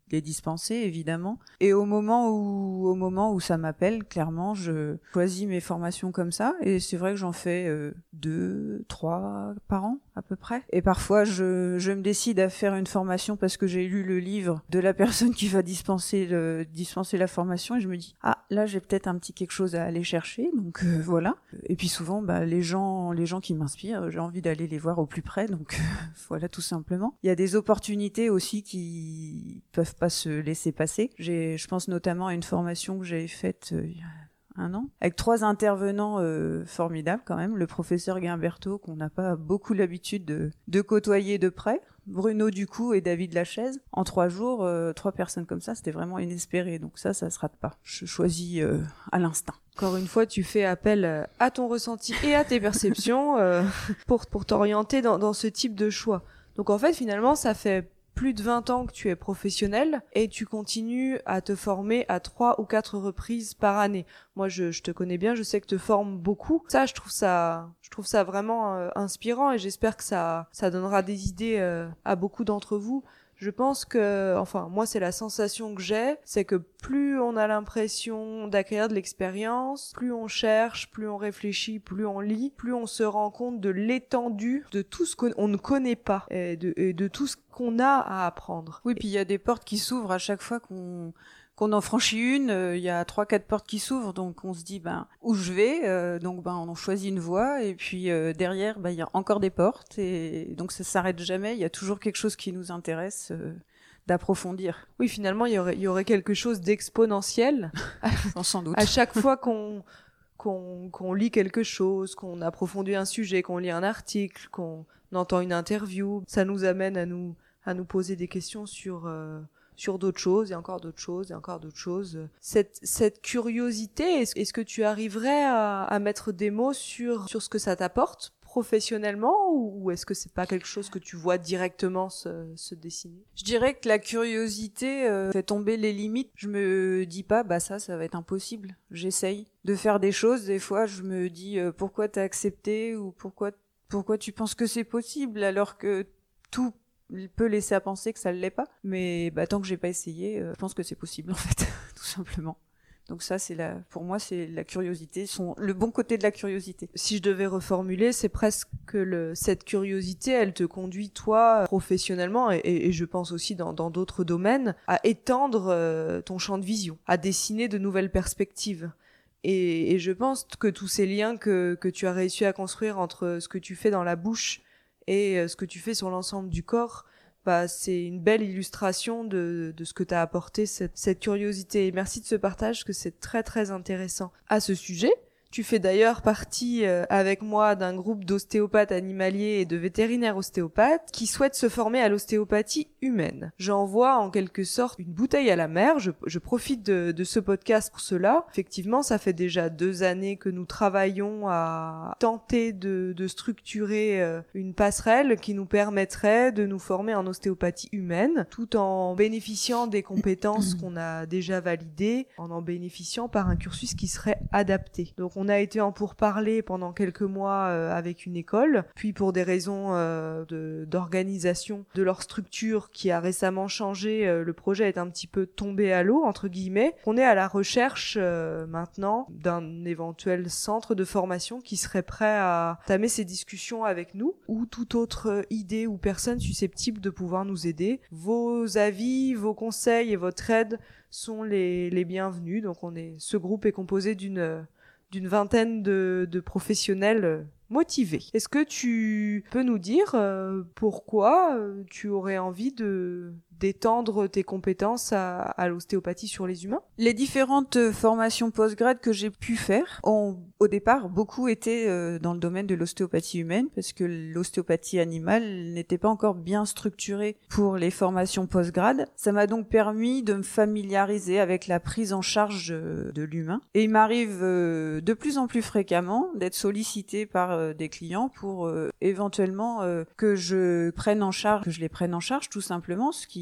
les dispenser, évidemment. Et au moment où, au moment où ça m'appelle, clairement, je choisis mes formations comme ça. Et c'est vrai que j'en fais euh, deux, trois par an, à peu près. Et parfois, je, je me décide à faire une formation parce que j'ai lu le livre de la personne qui va dispenser, le, dispenser la formation. Et je me dis, ah, là, j'ai peut-être un petit quelque chose à aller chercher. Donc, euh, voilà. Et puis souvent, bah, les gens, les gens qui m'inspirent, j'ai envie d'aller les voir au plus près. Donc, euh, voilà, tout simplement. Il y a des opportunités aussi qui peuvent pas se laisser passer. J'ai, je pense notamment à une formation que j'avais faite euh, il y a un an, avec trois intervenants euh, formidables quand même. Le professeur Guimberto, qu'on n'a pas beaucoup l'habitude de, de côtoyer de près, Bruno Ducou et David Lachaise. En trois jours, euh, trois personnes comme ça, c'était vraiment inespéré. Donc ça, ça se rate pas. Je choisis euh, à l'instinct. Encore une fois, tu fais appel à ton ressenti et à tes perceptions euh, pour, pour t'orienter dans, dans ce type de choix. Donc en fait, finalement, ça fait plus de vingt ans que tu es professionnel et tu continues à te former à trois ou quatre reprises par année. Moi, je, je te connais bien, je sais que tu te formes beaucoup. Ça, je trouve ça, je trouve ça vraiment euh, inspirant et j'espère que ça, ça donnera des idées euh, à beaucoup d'entre vous. Je pense que, enfin, moi, c'est la sensation que j'ai, c'est que plus on a l'impression d'acquérir de l'expérience, plus on cherche, plus on réfléchit, plus on lit, plus on se rend compte de l'étendue de tout ce qu'on ne connaît pas et de, et de tout ce qu'on a à apprendre. Oui, puis il y a des portes qui s'ouvrent à chaque fois qu'on... qu'on en franchit une, il euh, y a trois quatre portes qui s'ouvrent, donc on se dit ben où je vais, euh, donc ben on choisit une voie et puis euh, derrière ben il y a encore des portes et donc ça s'arrête jamais, il y a toujours quelque chose qui nous intéresse euh, d'approfondir. Oui, finalement il y aurait il y aurait quelque chose d'exponentiel sans doute. À chaque fois qu'on qu'on qu'on lit quelque chose, qu'on approfondit un sujet, qu'on lit un article, qu'on entend une interview, ça nous amène à nous à nous poser des questions sur euh, sur d'autres choses, et encore d'autres choses, et encore d'autres choses. Cette, cette curiosité, est-ce, est-ce que tu arriverais à, à mettre des mots sur, sur ce que ça t'apporte professionnellement, ou, ou est-ce que c'est pas quelque chose que tu vois directement se, se dessiner? Je dirais que la curiosité euh, fait tomber les limites. Je me dis pas, bah ça, ça va être impossible. J'essaye de faire des choses. Des fois, je me dis, euh, pourquoi t'as accepté, ou pourquoi, pourquoi tu penses que c'est possible, alors que tout il peut laisser à penser que ça ne l'est pas, mais bah, tant que j'ai pas essayé, euh, je pense que c'est possible en fait, tout simplement. Donc ça, c'est la, pour moi, c'est la curiosité, son, le bon côté de la curiosité. Si je devais reformuler, c'est presque que le, cette curiosité, elle te conduit toi professionnellement et, et, et je pense aussi dans, dans d'autres domaines à étendre euh, ton champ de vision, à dessiner de nouvelles perspectives. Et, et je pense que tous ces liens que, que tu as réussi à construire entre ce que tu fais dans la bouche et ce que tu fais sur l'ensemble du corps, bah, c'est une belle illustration de, de ce que t'as apporté, cette, cette curiosité. Et merci de ce partage, que c'est très très intéressant. À ce sujet, tu fais d'ailleurs partie euh, avec moi d'un groupe d'ostéopathes animaliers et de vétérinaires ostéopathes qui souhaitent se former à l'ostéopathie humaine. J'envoie en quelque sorte une bouteille à la mer, je, je profite de, de ce podcast pour cela. Effectivement, ça fait déjà deux années que nous travaillons à tenter de, de structurer euh, une passerelle qui nous permettrait de nous former en ostéopathie humaine, tout en bénéficiant des compétences qu'on a déjà validées, en en bénéficiant par un cursus qui serait adapté. Donc on a été en pourparlers pendant quelques mois euh, avec une école, puis pour des raisons euh, de, d'organisation de leur structure qui a récemment changé, euh, le projet est un petit peu tombé à l'eau, entre guillemets. On est à la recherche euh, maintenant d'un éventuel centre de formation qui serait prêt à entamer ces discussions avec nous, ou toute autre idée ou personne susceptible de pouvoir nous aider. Vos avis, vos conseils et votre aide sont les, les bienvenus. Donc on est, ce groupe est composé d'une d'une vingtaine de, de professionnels motivés. Est-ce que tu peux nous dire euh, pourquoi euh, tu aurais envie de d'étendre tes compétences à, à l'ostéopathie sur les humains? Les différentes formations post-grad que j'ai pu faire ont, au départ, beaucoup été euh, dans le domaine de l'ostéopathie humaine, parce que l'ostéopathie animale n'était pas encore bien structurée pour les formations post-grad. Ça m'a donc permis de me familiariser avec la prise en charge de, de l'humain. Et il m'arrive euh, de plus en plus fréquemment d'être sollicité par euh, des clients pour euh, éventuellement euh, que je prenne en charge, que je les prenne en charge tout simplement, ce qui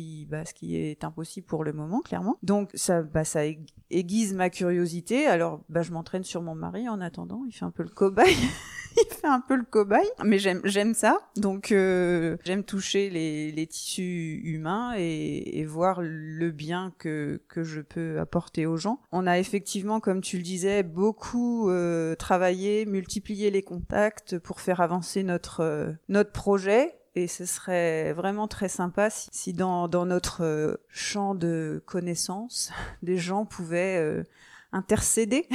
qui, bah, ce qui est impossible pour le moment, clairement. Donc ça, bah, ça aiguise ma curiosité. Alors, bah, je m'entraîne sur mon mari en attendant. Il fait un peu le cobaye. Il fait un peu le cobaye, mais j'aime j'aime ça. Donc euh, j'aime toucher les, les tissus humains et, et voir le bien que que je peux apporter aux gens. On a effectivement, comme tu le disais, beaucoup euh, travaillé, multiplié les contacts pour faire avancer notre euh, notre projet. Et ce serait vraiment très sympa si, si dans dans notre euh, champ de connaissances, des gens pouvaient euh, intercéder.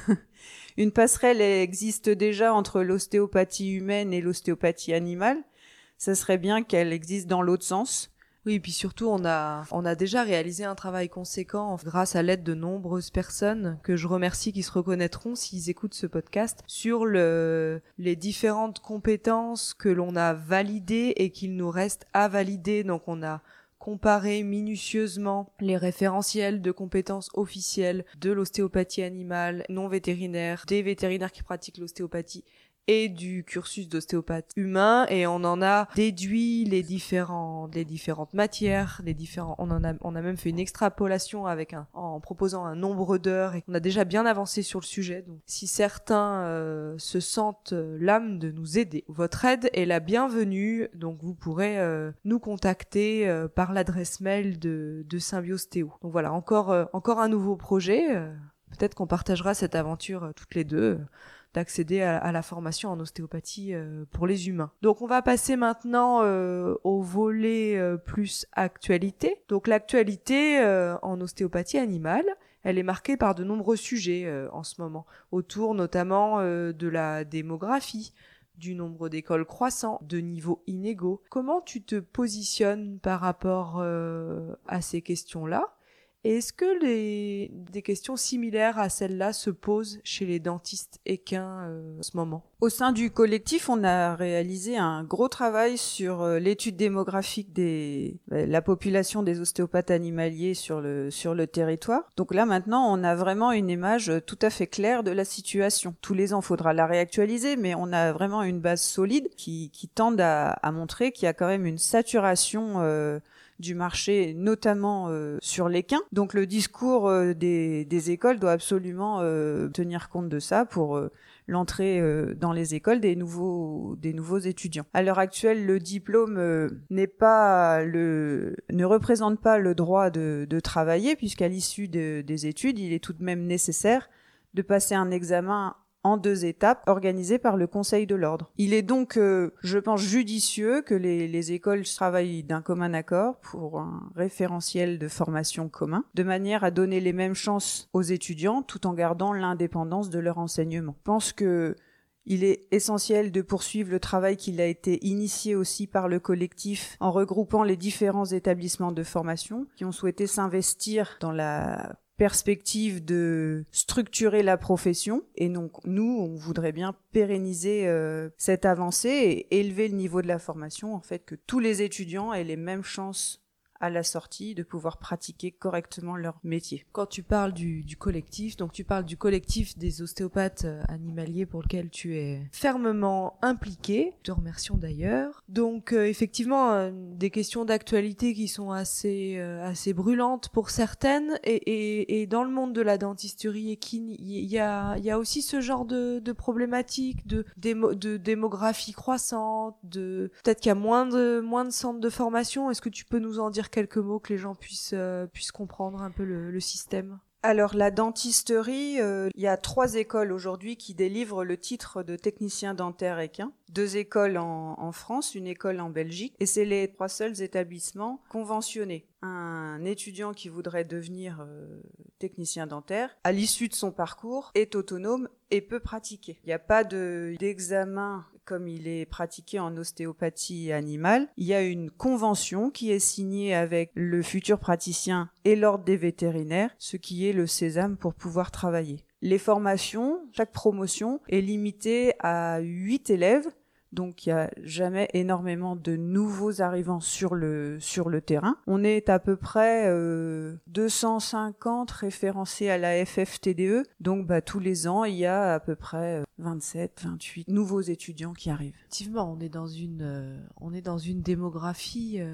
Une passerelle existe déjà entre l'ostéopathie humaine et l'ostéopathie animale. Ça serait bien qu'elle existe dans l'autre sens. Oui, et puis surtout, on a, on a déjà réalisé un travail conséquent grâce à l'aide de nombreuses personnes que je remercie qui se reconnaîtront s'ils écoutent ce podcast sur le, les différentes compétences que l'on a validées et qu'il nous reste à valider. Donc, on a comparer minutieusement les référentiels de compétences officielles de l'ostéopathie animale, non vétérinaire, des vétérinaires qui pratiquent l'ostéopathie et du cursus d'ostéopathe humain, et on en a déduit les différents, les différentes matières, les différents, on en a, on a même fait une extrapolation avec un, en proposant un nombre d'heures, et on a déjà bien avancé sur le sujet. Donc, si certains euh, se sentent euh, l'âme de nous aider, votre aide est la bienvenue. Donc, vous pourrez euh, nous contacter euh, par l'adresse mail de, de Symbiostéo. Donc voilà, encore, euh, encore un nouveau projet. Euh, peut-être qu'on partagera cette aventure euh, toutes les deux. Euh, d'accéder à, à la formation en ostéopathie euh, pour les humains. Donc on va passer maintenant euh, au volet euh, plus actualité. Donc l'actualité euh, en ostéopathie animale, elle est marquée par de nombreux sujets euh, en ce moment, autour notamment euh, de la démographie, du nombre d'écoles croissant, de niveaux inégaux. Comment tu te positionnes par rapport euh, à ces questions-là ? Et est-ce que les, des questions similaires à celles-là se posent chez les dentistes équins euh, en ce moment ? Au sein du collectif, on a réalisé un gros travail sur euh, l'étude démographique de euh, la population des ostéopathes animaliers sur le, sur le territoire. Donc là, maintenant, on a vraiment une image tout à fait claire de la situation. Tous les ans, il faudra la réactualiser, mais on a vraiment une base solide qui, qui tend à, à montrer qu'il y a quand même une saturation euh, du marché, notamment euh, sur l'équin. Donc le discours euh, des, des écoles doit absolument euh, tenir compte de ça pour euh, l'entrée euh, dans les écoles des nouveaux, des nouveaux étudiants. À l'heure actuelle, le diplôme euh, n'est pas le, ne représente pas le droit de, de travailler, puisqu'à l'issue de, des études, il est tout de même nécessaire de passer un examen en deux étapes organisées par le Conseil de l'Ordre. Il est donc, euh, je pense, judicieux que les, les écoles travaillent d'un commun accord pour un référentiel de formation commun, de manière à donner les mêmes chances aux étudiants tout en gardant l'indépendance de leur enseignement. Je pense que il est essentiel de poursuivre le travail qui a été initié aussi par le collectif en regroupant les différents établissements de formation qui ont souhaité s'investir dans la perspective de structurer la profession. Et donc, nous, on voudrait bien pérenniser euh, cette avancée et élever le niveau de la formation, en fait, que tous les étudiants aient les mêmes chances à la sortie de pouvoir pratiquer correctement leur métier. Quand tu parles du, du collectif, donc tu parles du collectif des ostéopathes animaliers pour lequel tu es fermement impliqué. Te remercions d'ailleurs. Donc euh, effectivement, euh, des questions d'actualité qui sont assez euh, assez brûlantes pour certaines, et, et, et dans le monde de la dentisterie équine, il y a il y a aussi ce genre de, de problématiques de, démo, de démographie croissante, de peut-être qu'il y a moins de moins de centres de formation. Est-ce que tu peux nous en dire quelques mots, que les gens puissent euh, puissent comprendre un peu le, le système? Alors la dentisterie, euh, il y a trois écoles aujourd'hui qui délivrent le titre de technicien dentaire équin. Deux écoles en, en France, une école en Belgique, et c'est les trois seuls établissements conventionnés. Un étudiant qui voudrait devenir euh, technicien dentaire, à l'issue de son parcours, est autonome et peut pratiquer. Il n'y a pas de, d'examen comme il est pratiqué en ostéopathie animale. Il y a une convention qui est signée avec le futur praticien et l'ordre des vétérinaires, ce qui est le sésame pour pouvoir travailler. Les formations, chaque promotion est limitée à huit élèves. Donc, il n'y a jamais énormément de nouveaux arrivants sur le, sur le terrain. On est à peu près euh, deux cent cinquante référencés à la F F T D E. Donc, bah, tous les ans, il y a à peu près vingt-sept, vingt-huit nouveaux étudiants qui arrivent. Effectivement, on est dans une, euh, on est dans une démographie euh,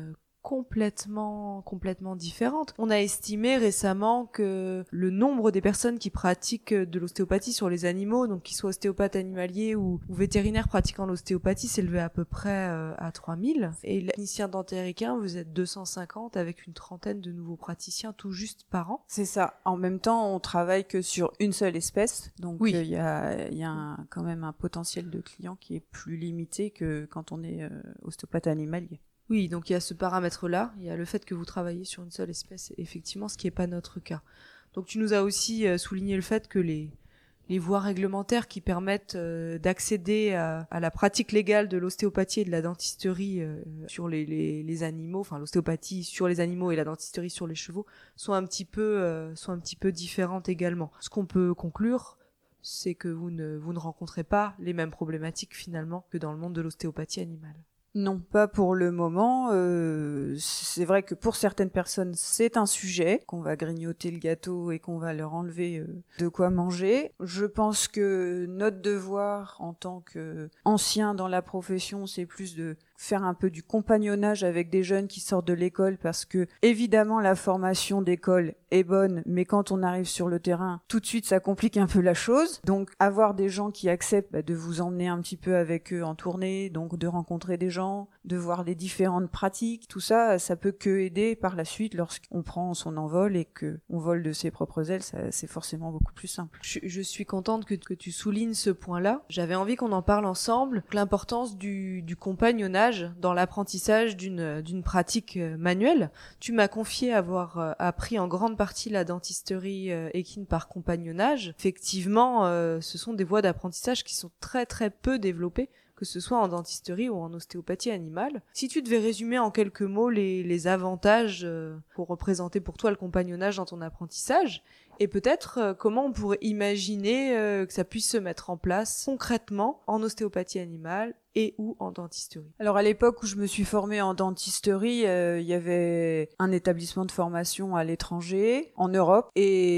complètement, complètement différentes. On a estimé récemment que le nombre des personnes qui pratiquent de l'ostéopathie sur les animaux, donc qu'ils soient ostéopathes animaliers ou, ou vétérinaires pratiquant l'ostéopathie, s'élevait à peu près euh, à trois mille. Et les cliniciens dentaires équins, vous êtes deux cent cinquante avec une trentaine de nouveaux praticiens tout juste par an. C'est ça. En même temps, on travaille que sur une seule espèce, donc il Oui. euh, y a, y a un, quand même un potentiel de clients qui est plus limité que quand on est euh, ostéopathe animalier. Oui, donc il y a ce paramètre-là, il y a le fait que vous travaillez sur une seule espèce, effectivement, ce qui n'est pas notre cas. Donc tu nous as aussi euh, souligné le fait que les, les voies réglementaires qui permettent euh, d'accéder à, à la pratique légale de l'ostéopathie et de la dentisterie euh, sur les, les, les animaux, enfin l'ostéopathie sur les animaux et la dentisterie sur les chevaux, sont un petit peu, euh, sont un petit peu différentes également. Ce qu'on peut conclure, c'est que vous ne, vous ne rencontrez pas les mêmes problématiques finalement que dans le monde de l'ostéopathie animale. Non, pas pour le moment. Euh, c'est vrai que pour certaines personnes, c'est un sujet, qu'on va grignoter le gâteau et qu'on va leur enlever euh, de quoi manger. Je pense que notre devoir en tant qu'anciens dans la profession, c'est plus de faire un peu du compagnonnage avec des jeunes qui sortent de l'école parce que, évidemment, la formation d'école est bonne, mais quand on arrive sur le terrain, tout de suite, ça complique un peu la chose. Donc, avoir des gens qui acceptent bah, de vous emmener un petit peu avec eux en tournée, donc de rencontrer des gens, de voir les différentes pratiques, tout ça, ça peut que aider par la suite lorsqu'on prend son envol et qu'on vole de ses propres ailes, ça, c'est forcément beaucoup plus simple. Je, je suis contente que, que tu soulignes ce point-là. J'avais envie qu'on en parle ensemble, l'importance du, du compagnonnage dans l'apprentissage d'une, d'une pratique manuelle. Tu m'as confié avoir appris en grande partie la dentisterie équine par compagnonnage. Effectivement, euh, ce sont des voies d'apprentissage qui sont très très peu développées, que ce soit en dentisterie ou en ostéopathie animale. Si tu devais résumer en quelques mots les, les avantages euh, pour représenter pour toi le compagnonnage dans ton apprentissage, et peut-être euh, comment on pourrait imaginer euh, que ça puisse se mettre en place concrètement en ostéopathie animale et ou en dentisterie. Alors à l'époque où je me suis formée en dentisterie, euh, il y avait un établissement de formation à l'étranger, en Europe,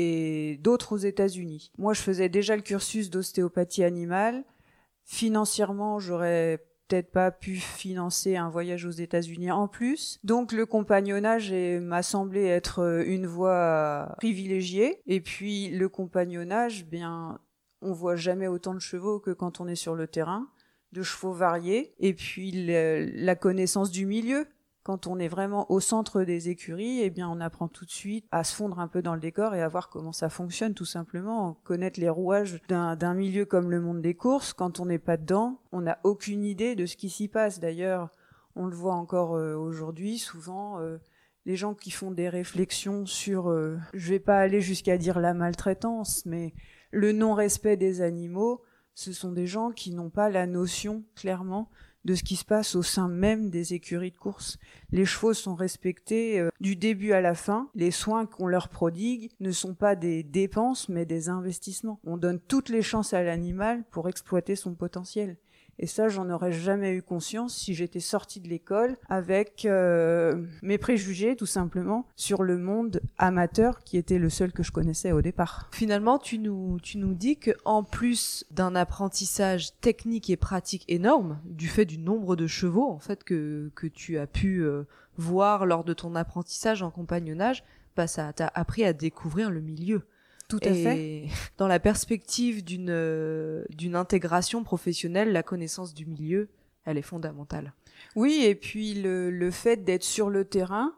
et d'autres aux États-Unis. Moi, je faisais déjà le cursus d'ostéopathie animale. Financièrement, j'aurais peut-être pas pu financer un voyage aux États-Unis en plus. Donc le compagnonnage est, m'a semblé être une voie privilégiée. Et puis le compagnonnage, bien, on voit jamais autant de chevaux que quand on est sur le terrain, de chevaux variés. Et puis le, la connaissance du milieu. Quand on est vraiment au centre des écuries, eh bien, on apprend tout de suite à se fondre un peu dans le décor et à voir comment ça fonctionne, tout simplement. Connaître les rouages d'un, d'un milieu comme le monde des courses, quand on n'est pas dedans, on n'a aucune idée de ce qui s'y passe. D'ailleurs, on le voit encore euh, aujourd'hui, souvent, euh, les gens qui font des réflexions sur, euh, je vais pas aller jusqu'à dire la maltraitance, mais le non-respect des animaux, ce sont des gens qui n'ont pas la notion, clairement, de ce qui se passe au sein même des écuries de course. Les chevaux sont respectés euh, du début à la fin. Les soins qu'on leur prodigue ne sont pas des dépenses, mais des investissements. On donne toutes les chances à l'animal pour exploiter son potentiel. Et ça, j'en aurais jamais eu conscience si j'étais sortie de l'école avec euh, mes préjugés, tout simplement, sur le monde amateur qui était le seul que je connaissais au départ. Finalement, tu nous, tu nous dis qu'en plus d'un apprentissage technique et pratique énorme, du fait du nombre de chevaux en fait que, que tu as pu euh, voir lors de ton apprentissage en compagnonnage, bah, ça t'a appris à découvrir le milieu. Tout à et fait. Dans la perspective d'une, euh, d'une intégration professionnelle, la connaissance du milieu, elle est fondamentale. Oui, et puis le, le fait d'être sur le terrain,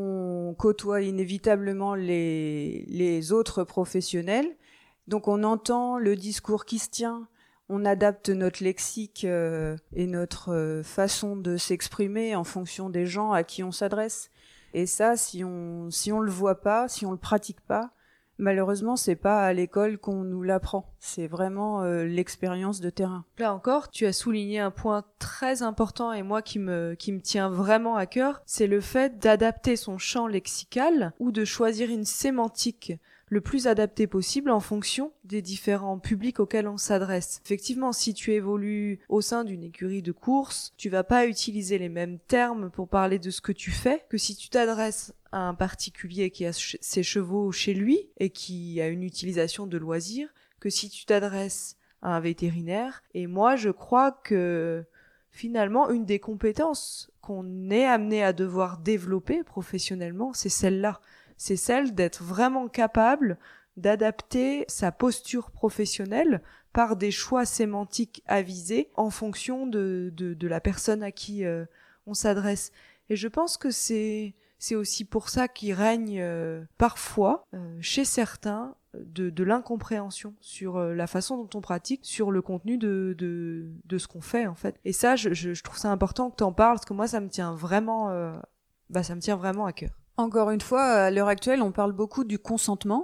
on côtoie inévitablement les, les autres professionnels. Donc on entend le discours qui se tient, on adapte notre lexique euh, et notre euh, façon de s'exprimer en fonction des gens à qui on s'adresse. Et ça, si on si on le voit pas, si on le pratique pas, malheureusement, c'est pas à l'école qu'on nous l'apprend. C'est vraiment euh, l'expérience de terrain. Là encore, tu as souligné un point très important et moi qui me, qui me tient vraiment à cœur, c'est le fait d'adapter son champ lexical ou de choisir une sémantique le plus adapté possible en fonction des différents publics auxquels on s'adresse. Effectivement, si tu évolues au sein d'une écurie de course, tu vas pas utiliser les mêmes termes pour parler de ce que tu fais que si tu t'adresses à un particulier qui a ses chevaux chez lui et qui a une utilisation de loisir, que si tu t'adresses à un vétérinaire. Et moi, je crois que finalement, une des compétences qu'on est amené à devoir développer professionnellement, c'est celle-là. C'est celle d'être vraiment capable d'adapter sa posture professionnelle par des choix sémantiques avisés en fonction de, de, de la personne à qui euh, on s'adresse. Et je pense que c'est, c'est aussi pour ça qu'il règne euh, parfois, euh, chez certains, de, de l'incompréhension sur euh, la façon dont on pratique, sur le contenu de, de, de ce qu'on fait en fait. Et ça, je, je, je trouve ça important que tu en parles, parce que moi, ça me tient vraiment, euh, bah, ça me tient vraiment à cœur. Encore une fois, à l'heure actuelle, on parle beaucoup du consentement,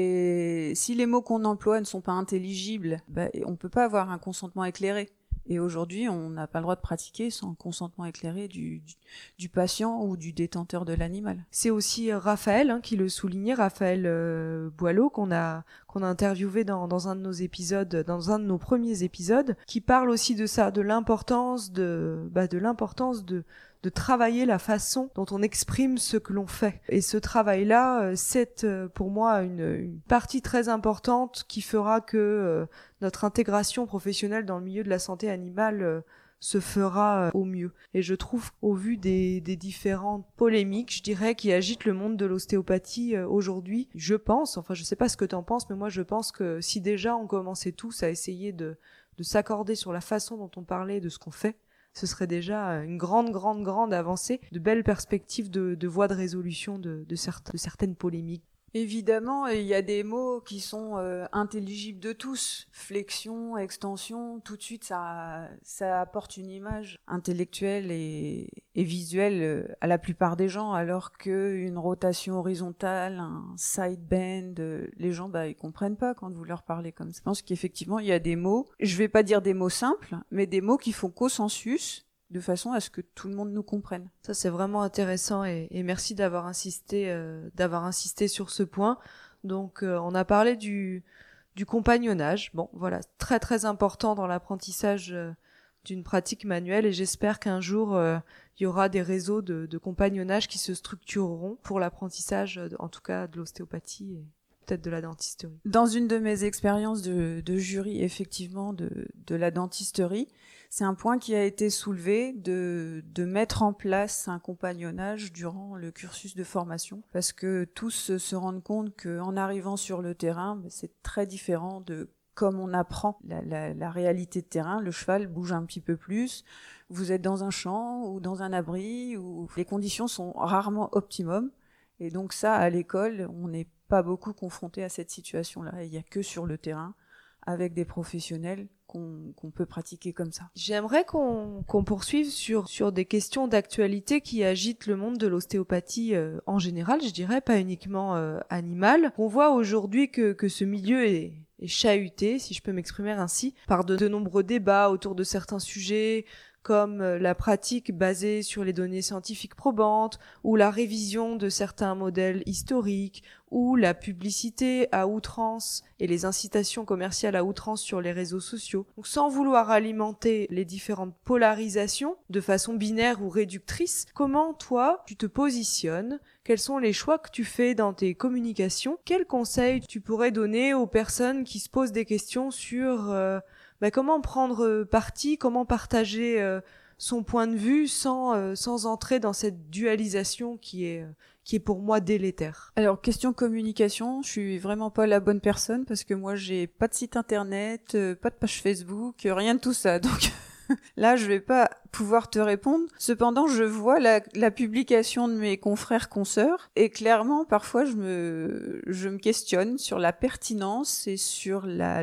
et si les mots qu'on emploie ne sont pas intelligibles, bah, on peut pas avoir un consentement éclairé. Et aujourd'hui, on n'a pas le droit de pratiquer sans consentement éclairé du, du, du patient ou du détenteur de l'animal. C'est aussi Raphaël hein, qui le soulignait, Raphaël euh, Boileau, qu'on a qu'on a interviewé dans, dans un de nos épisodes, dans un de nos premiers épisodes, qui parle aussi de ça, de l'importance de bah, de l'importance de de travailler la façon dont on exprime ce que l'on fait. Et ce travail-là, c'est pour moi une, une partie très importante qui fera que euh, notre intégration professionnelle dans le milieu de la santé animale euh, se fera euh, au mieux. Et je trouve, au vu des, des différentes polémiques, je dirais, qui agitent le monde de l'ostéopathie euh, aujourd'hui, je pense, enfin je sais pas ce que t'en penses, mais moi je pense que si déjà on commençait tous à essayer de, de s'accorder sur la façon dont on parlait de ce qu'on fait, ce serait déjà une grande, grande, grande avancée, de belles perspectives de, de voies de résolution de, de, certes, de certaines polémiques. Évidemment, il y a des mots qui sont euh, intelligibles de tous. Flexion, extension, tout de suite, ça, ça apporte une image intellectuelle et, et visuelle à la plupart des gens, alors qu'une rotation horizontale, un side bend, les gens, bah, ils comprennent pas quand vous leur parlez comme ça. Je pense qu'effectivement, il y a des mots, je vais pas dire des mots simples, mais des mots qui font consensus, de façon à ce que tout le monde nous comprenne. Ça, c'est vraiment intéressant et, et merci d'avoir insisté, euh, d'avoir insisté sur ce point. Donc, euh, on a parlé du, du compagnonnage. Bon, voilà, très très important dans l'apprentissage euh, d'une pratique manuelle et j'espère qu'un jour, euh, il y aura des réseaux de, de compagnonnage qui se structureront pour l'apprentissage, euh, en tout cas de l'ostéopathie et peut-être de la dentisterie. Dans une de mes expériences de, de jury, effectivement, de, de la dentisterie, c'est un point qui a été soulevé de, de mettre en place un compagnonnage durant le cursus de formation, parce que tous se rendent compte qu'en arrivant sur le terrain, c'est très différent de comme on apprend la, la, la réalité de terrain. Le cheval bouge un petit peu plus, vous êtes dans un champ ou dans un abri, où les conditions sont rarement optimum, et donc ça, à l'école, on n'est pas beaucoup confronté à cette situation-là, il n'y a que sur le terrain, avec des professionnels, qu'on, qu'on peut pratiquer comme ça. J'aimerais qu'on, qu'on poursuive sur, sur des questions d'actualité qui agitent le monde de l'ostéopathie euh, en général, je dirais, pas uniquement euh, animal. On voit aujourd'hui que, que ce milieu est, est chahuté, si je peux m'exprimer ainsi, par de, de nombreux débats autour de certains sujets, comme la pratique basée sur les données scientifiques probantes, ou la révision de certains modèles historiques, ou la publicité à outrance et les incitations commerciales à outrance sur les réseaux sociaux. Donc, sans vouloir alimenter les différentes polarisations de façon binaire ou réductrice, comment toi tu te positionnes? Quels sont les choix que tu fais dans tes communications? Quels conseils tu pourrais donner aux personnes qui se posent des questions sur euh, bah, comment prendre parti, comment partager euh, son point de vue sans euh, sans entrer dans cette dualisation qui est euh, qui est pour moi délétère. Alors, question communication, je suis vraiment pas la bonne personne parce que moi j'ai pas de site internet, euh, pas de page Facebook, euh, rien de tout ça. Donc là, je vais pas pouvoir te répondre. Cependant, je vois la, la publication de mes confrères consoeurs et clairement, parfois, je me je me questionne sur la pertinence et sur la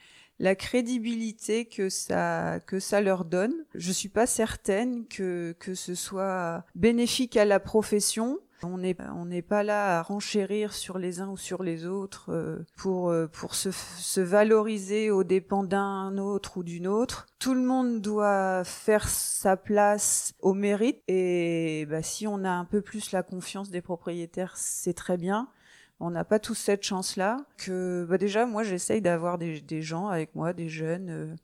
la crédibilité que ça que ça leur donne. Je suis pas certaine que que ce soit bénéfique à la profession. On n'est on n'est pas là à renchérir sur les uns ou sur les autres euh, pour euh, pour se se valoriser aux dépens d'un autre ou d'une autre. Tout le monde doit faire sa place au mérite et bah si on a un peu plus la confiance des propriétaires, c'est très bien. On n'a pas tous cette chance-là. Que bah déjà, moi, j'essaye d'avoir des, des gens avec moi, des jeunes. Euh,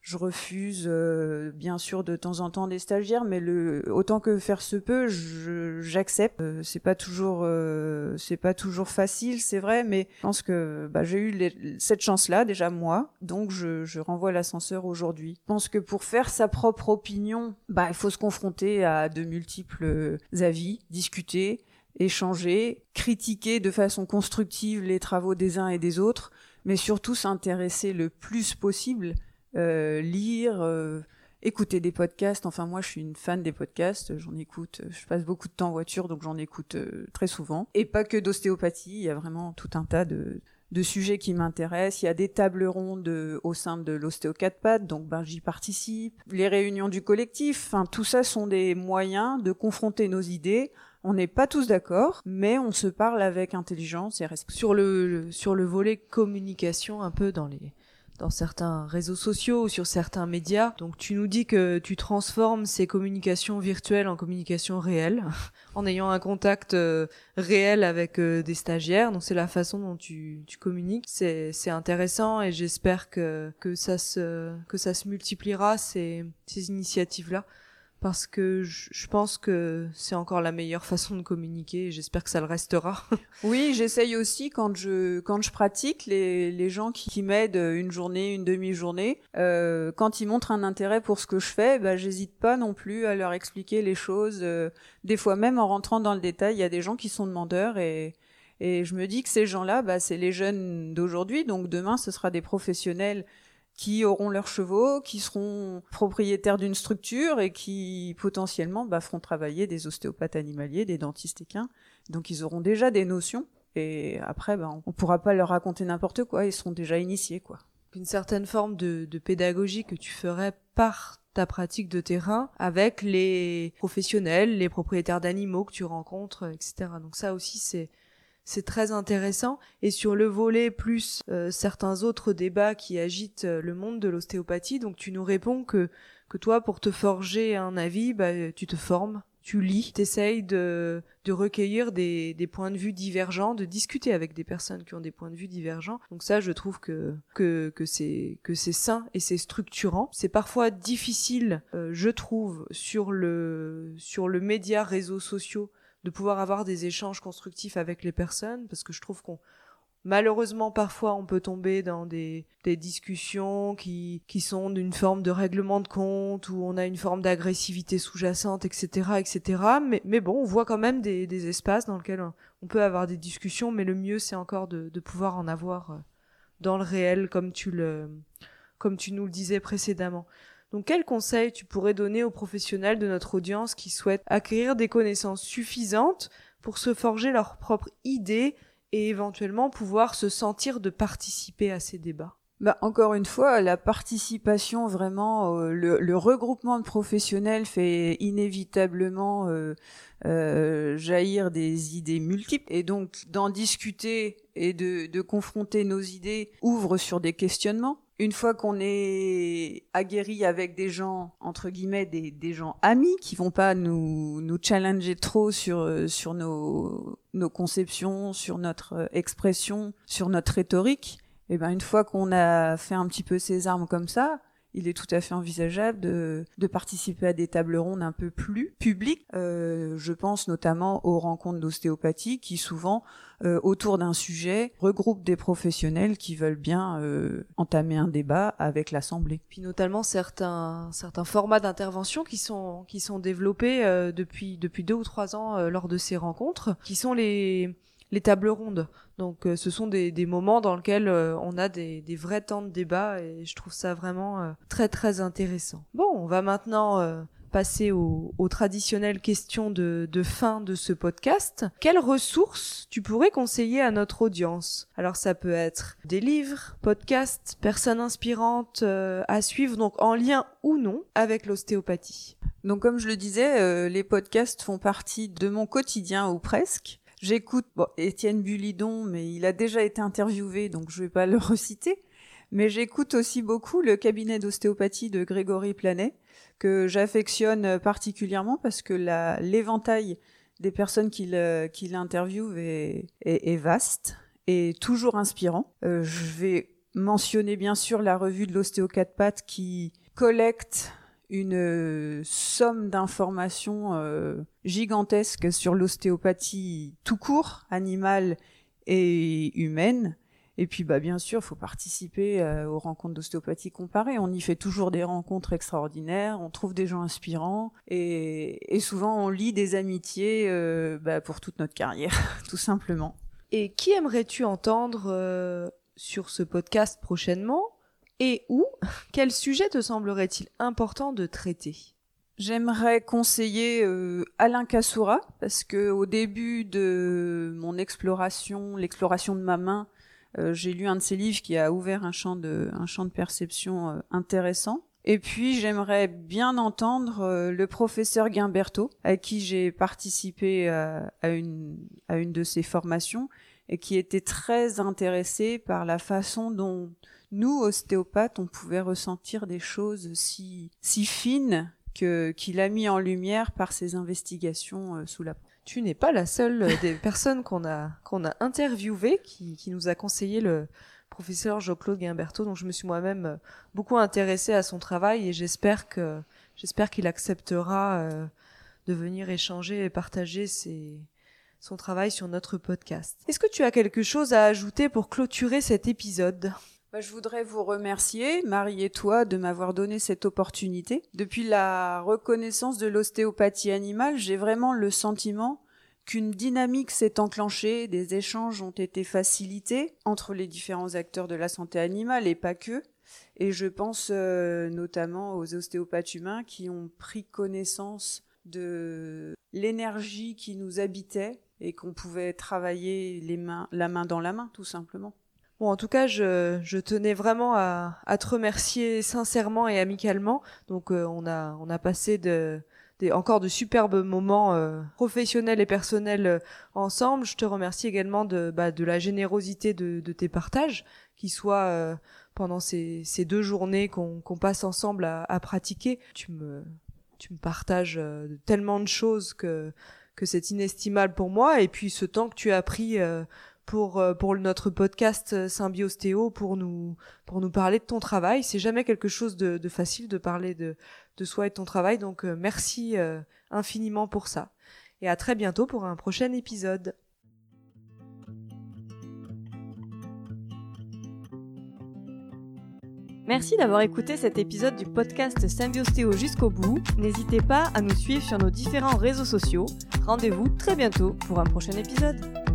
Je refuse, euh, bien sûr, de temps en temps des stagiaires, mais le, autant que faire se peut, je, j'accepte. Euh, c'est pas toujours, euh, c'est pas toujours facile, c'est vrai, mais je pense que bah, j'ai eu les, cette chance-là déjà moi, donc je, je renvoie l'ascenseur aujourd'hui. Je pense que pour faire sa propre opinion, bah il faut se confronter à de multiples avis, discuter, échanger, critiquer de façon constructive les travaux des uns et des autres, mais surtout s'intéresser le plus possible. Euh, lire, euh, écouter des podcasts. Enfin, moi, je suis une fan des podcasts. J'en écoute. Je passe beaucoup de temps en voiture, donc j'en écoute euh, très souvent. Et pas que d'ostéopathie. Il y a vraiment tout un tas de, de sujets qui m'intéressent. Il y a des tables rondes au sein de l'ostéo quatre pattes, donc ben, j'y participe. Les réunions du collectif. Enfin, tout ça sont des moyens de confronter nos idées. On n'est pas tous d'accord, mais on se parle avec intelligence et respect. Sur le, le sur le volet communication, un peu dans les dans certains réseaux sociaux ou sur certains médias. Donc tu nous dis que tu transformes ces communications virtuelles en communications réelles, en ayant un contact euh, réel avec euh, des stagiaires. Donc c'est la façon dont tu, tu communiques. C'est, c'est intéressant et j'espère que, que, ça se, que ça se multipliera, ces, ces initiatives-là. Parce que je pense que c'est encore la meilleure façon de communiquer et j'espère que ça le restera. Oui, j'essaye aussi quand je quand je pratique les les gens qui, qui m'aident une journée, une demi-journée, euh, quand ils montrent un intérêt pour ce que je fais, bah j'hésite pas non plus à leur expliquer les choses. Euh, des fois même en rentrant dans le détail, il y a des gens qui sont demandeurs et et je me dis que ces gens-là, bah c'est les jeunes d'aujourd'hui, donc demain ce sera des professionnels qui auront leurs chevaux, qui seront propriétaires d'une structure et qui potentiellement bah, feront travailler des ostéopathes animaliers, des dentistes équins. Donc ils auront déjà des notions et après bah, on ne pourra pas leur raconter n'importe quoi, ils seront déjà initiés, quoi. Une certaine forme de, de pédagogie que tu ferais par ta pratique de terrain avec les professionnels, les propriétaires d'animaux que tu rencontres, et cetera. Donc ça aussi c'est C'est très intéressant. Et sur le volet plus euh, certains autres débats qui agitent euh, le monde de l'ostéopathie, donc tu nous réponds que que toi, pour te forger un avis, bah, tu te formes, tu lis, t'essayes de de recueillir des des points de vue divergents, de discuter avec des personnes qui ont des points de vue divergents. Donc ça, je trouve que que que c'est que c'est sain et c'est structurant. C'est parfois difficile, euh, je trouve, sur le sur le média réseaux sociaux, de pouvoir avoir des échanges constructifs avec les personnes, parce que je trouve qu'on, malheureusement, parfois, on peut tomber dans des, des discussions qui, qui sont d'une forme de règlement de compte, où on a une forme d'agressivité sous-jacente, et cetera, et cetera. Mais, mais bon, on voit quand même des, des espaces dans lesquels on, on peut avoir des discussions, mais le mieux, c'est encore de, de pouvoir en avoir dans le réel, comme tu le, comme tu nous le disais précédemment. Donc, quels conseils tu pourrais donner aux professionnels de notre audience qui souhaitent acquérir des connaissances suffisantes pour se forger leur propre idée et éventuellement pouvoir se sentir de participer à ces débats? Bah, encore une fois, la participation, vraiment, euh, le, le regroupement de professionnels fait inévitablement euh, euh, jaillir des idées multiples. Et donc, d'en discuter et de, de confronter nos idées ouvre sur des questionnements. Une fois qu'on est aguerri avec des gens, entre guillemets, des, des gens amis, qui vont pas nous, nous challenger trop sur, sur nos, nos conceptions, sur notre expression, sur notre rhétorique, et ben une fois qu'on a fait un petit peu ses armes comme ça, il est tout à fait envisageable de, de participer à des tables rondes un peu plus publiques. Euh, je pense notamment aux rencontres d'ostéopathie qui souvent, euh, autour d'un sujet, regroupent des professionnels qui veulent bien euh, entamer un débat avec l'Assemblée. Puis notamment certains certains formats d'intervention qui sont qui sont développés euh, depuis depuis deux ou trois ans euh, lors de ces rencontres, qui sont les les tables rondes. Donc euh, ce sont des, des moments dans lesquels euh, on a des, des vrais temps de débat et je trouve ça vraiment euh, très très intéressant. Bon, on va maintenant euh, passer aux, aux traditionnelles questions de, de fin de ce podcast. Quelles ressources tu pourrais conseiller à notre audience? Alors ça peut être des livres, podcasts, personnes inspirantes euh, à suivre, donc en lien ou non avec l'ostéopathie. Donc comme je le disais, euh, les podcasts font partie de mon quotidien ou presque. J'écoute bon, Étienne Bulidon, mais il a déjà été interviewé, donc je vais pas le reciter. Mais j'écoute aussi beaucoup le cabinet d'ostéopathie de Grégory Planet, que j'affectionne particulièrement parce que la, l'éventail des personnes qu'il, qu'il interviewe est, est, est vaste et toujours inspirant. Euh, je vais mentionner bien sûr la revue de l'ostéo quatre pattes qui collecte une euh, somme d'informations euh, gigantesques sur l'ostéopathie tout court, animale et humaine. Et puis bah bien sûr, il faut participer euh, aux rencontres d'ostéopathie comparée. On y fait toujours des rencontres extraordinaires, on trouve des gens inspirants et, et souvent on lit des amitiés euh, bah, pour toute notre carrière, tout simplement. Et qui aimerais-tu entendre euh, sur ce podcast prochainement et où? Quel sujet te semblerait-il important de traiter? J'aimerais conseiller euh, Alain Kassoura parce que au début de mon exploration, l'exploration de ma main, Euh, j'ai lu un de ses livres qui a ouvert un champ de, un champ de perception euh, intéressant. Et puis, j'aimerais bien entendre euh, le professeur Guimberteau, à qui j'ai participé à, à, une, à une de ses formations, et qui était très intéressé par la façon dont nous, ostéopathes, on pouvait ressentir des choses si, si fines que, qu'il a mis en lumière par ses investigations euh, sous la peau. Tu n'es pas la seule des personnes qu'on a, qu'on a interviewées qui, qui nous a conseillé le professeur Jean-Claude Guimberteau. Donc, je me suis moi-même beaucoup intéressée à son travail et j'espère que, j'espère qu'il acceptera euh, de venir échanger et partager ses, son travail sur notre podcast. Est-ce que tu as quelque chose à ajouter pour clôturer cet épisode ? Je voudrais vous remercier, Marie et toi, de m'avoir donné cette opportunité. Depuis la reconnaissance de l'ostéopathie animale, j'ai vraiment le sentiment qu'une dynamique s'est enclenchée, des échanges ont été facilités entre les différents acteurs de la santé animale et pas que. Et je pense euh, notamment aux ostéopathes humains qui ont pris connaissance de l'énergie qui nous habitait et qu'on pouvait travailler les mains, la main dans la main, tout simplement. Bon, en tout cas, je, je tenais vraiment à, à te remercier sincèrement et amicalement. Donc, euh, on a, on a passé de, des, encore de superbes moments euh, professionnels et personnels euh, ensemble. Je te remercie également de, bah, de la générosité de, de tes partages, qui soient euh, pendant ces, ces deux journées qu'on, qu'on passe ensemble à, à pratiquer. Tu me, tu me partages euh, tellement de choses que, que c'est inestimable pour moi. Et puis, ce temps que tu as pris euh, pour pour notre podcast Symbiostéo pour nous pour nous parler de ton travail, c'est jamais quelque chose de de facile de parler de de soi et de ton travail, donc euh, merci euh, infiniment pour ça et à très bientôt pour un prochain épisode. Merci d'avoir écouté cet épisode du podcast Symbiostéo jusqu'au bout. N'hésitez pas à nous suivre sur nos différents réseaux sociaux. Rendez-vous très bientôt pour un prochain épisode.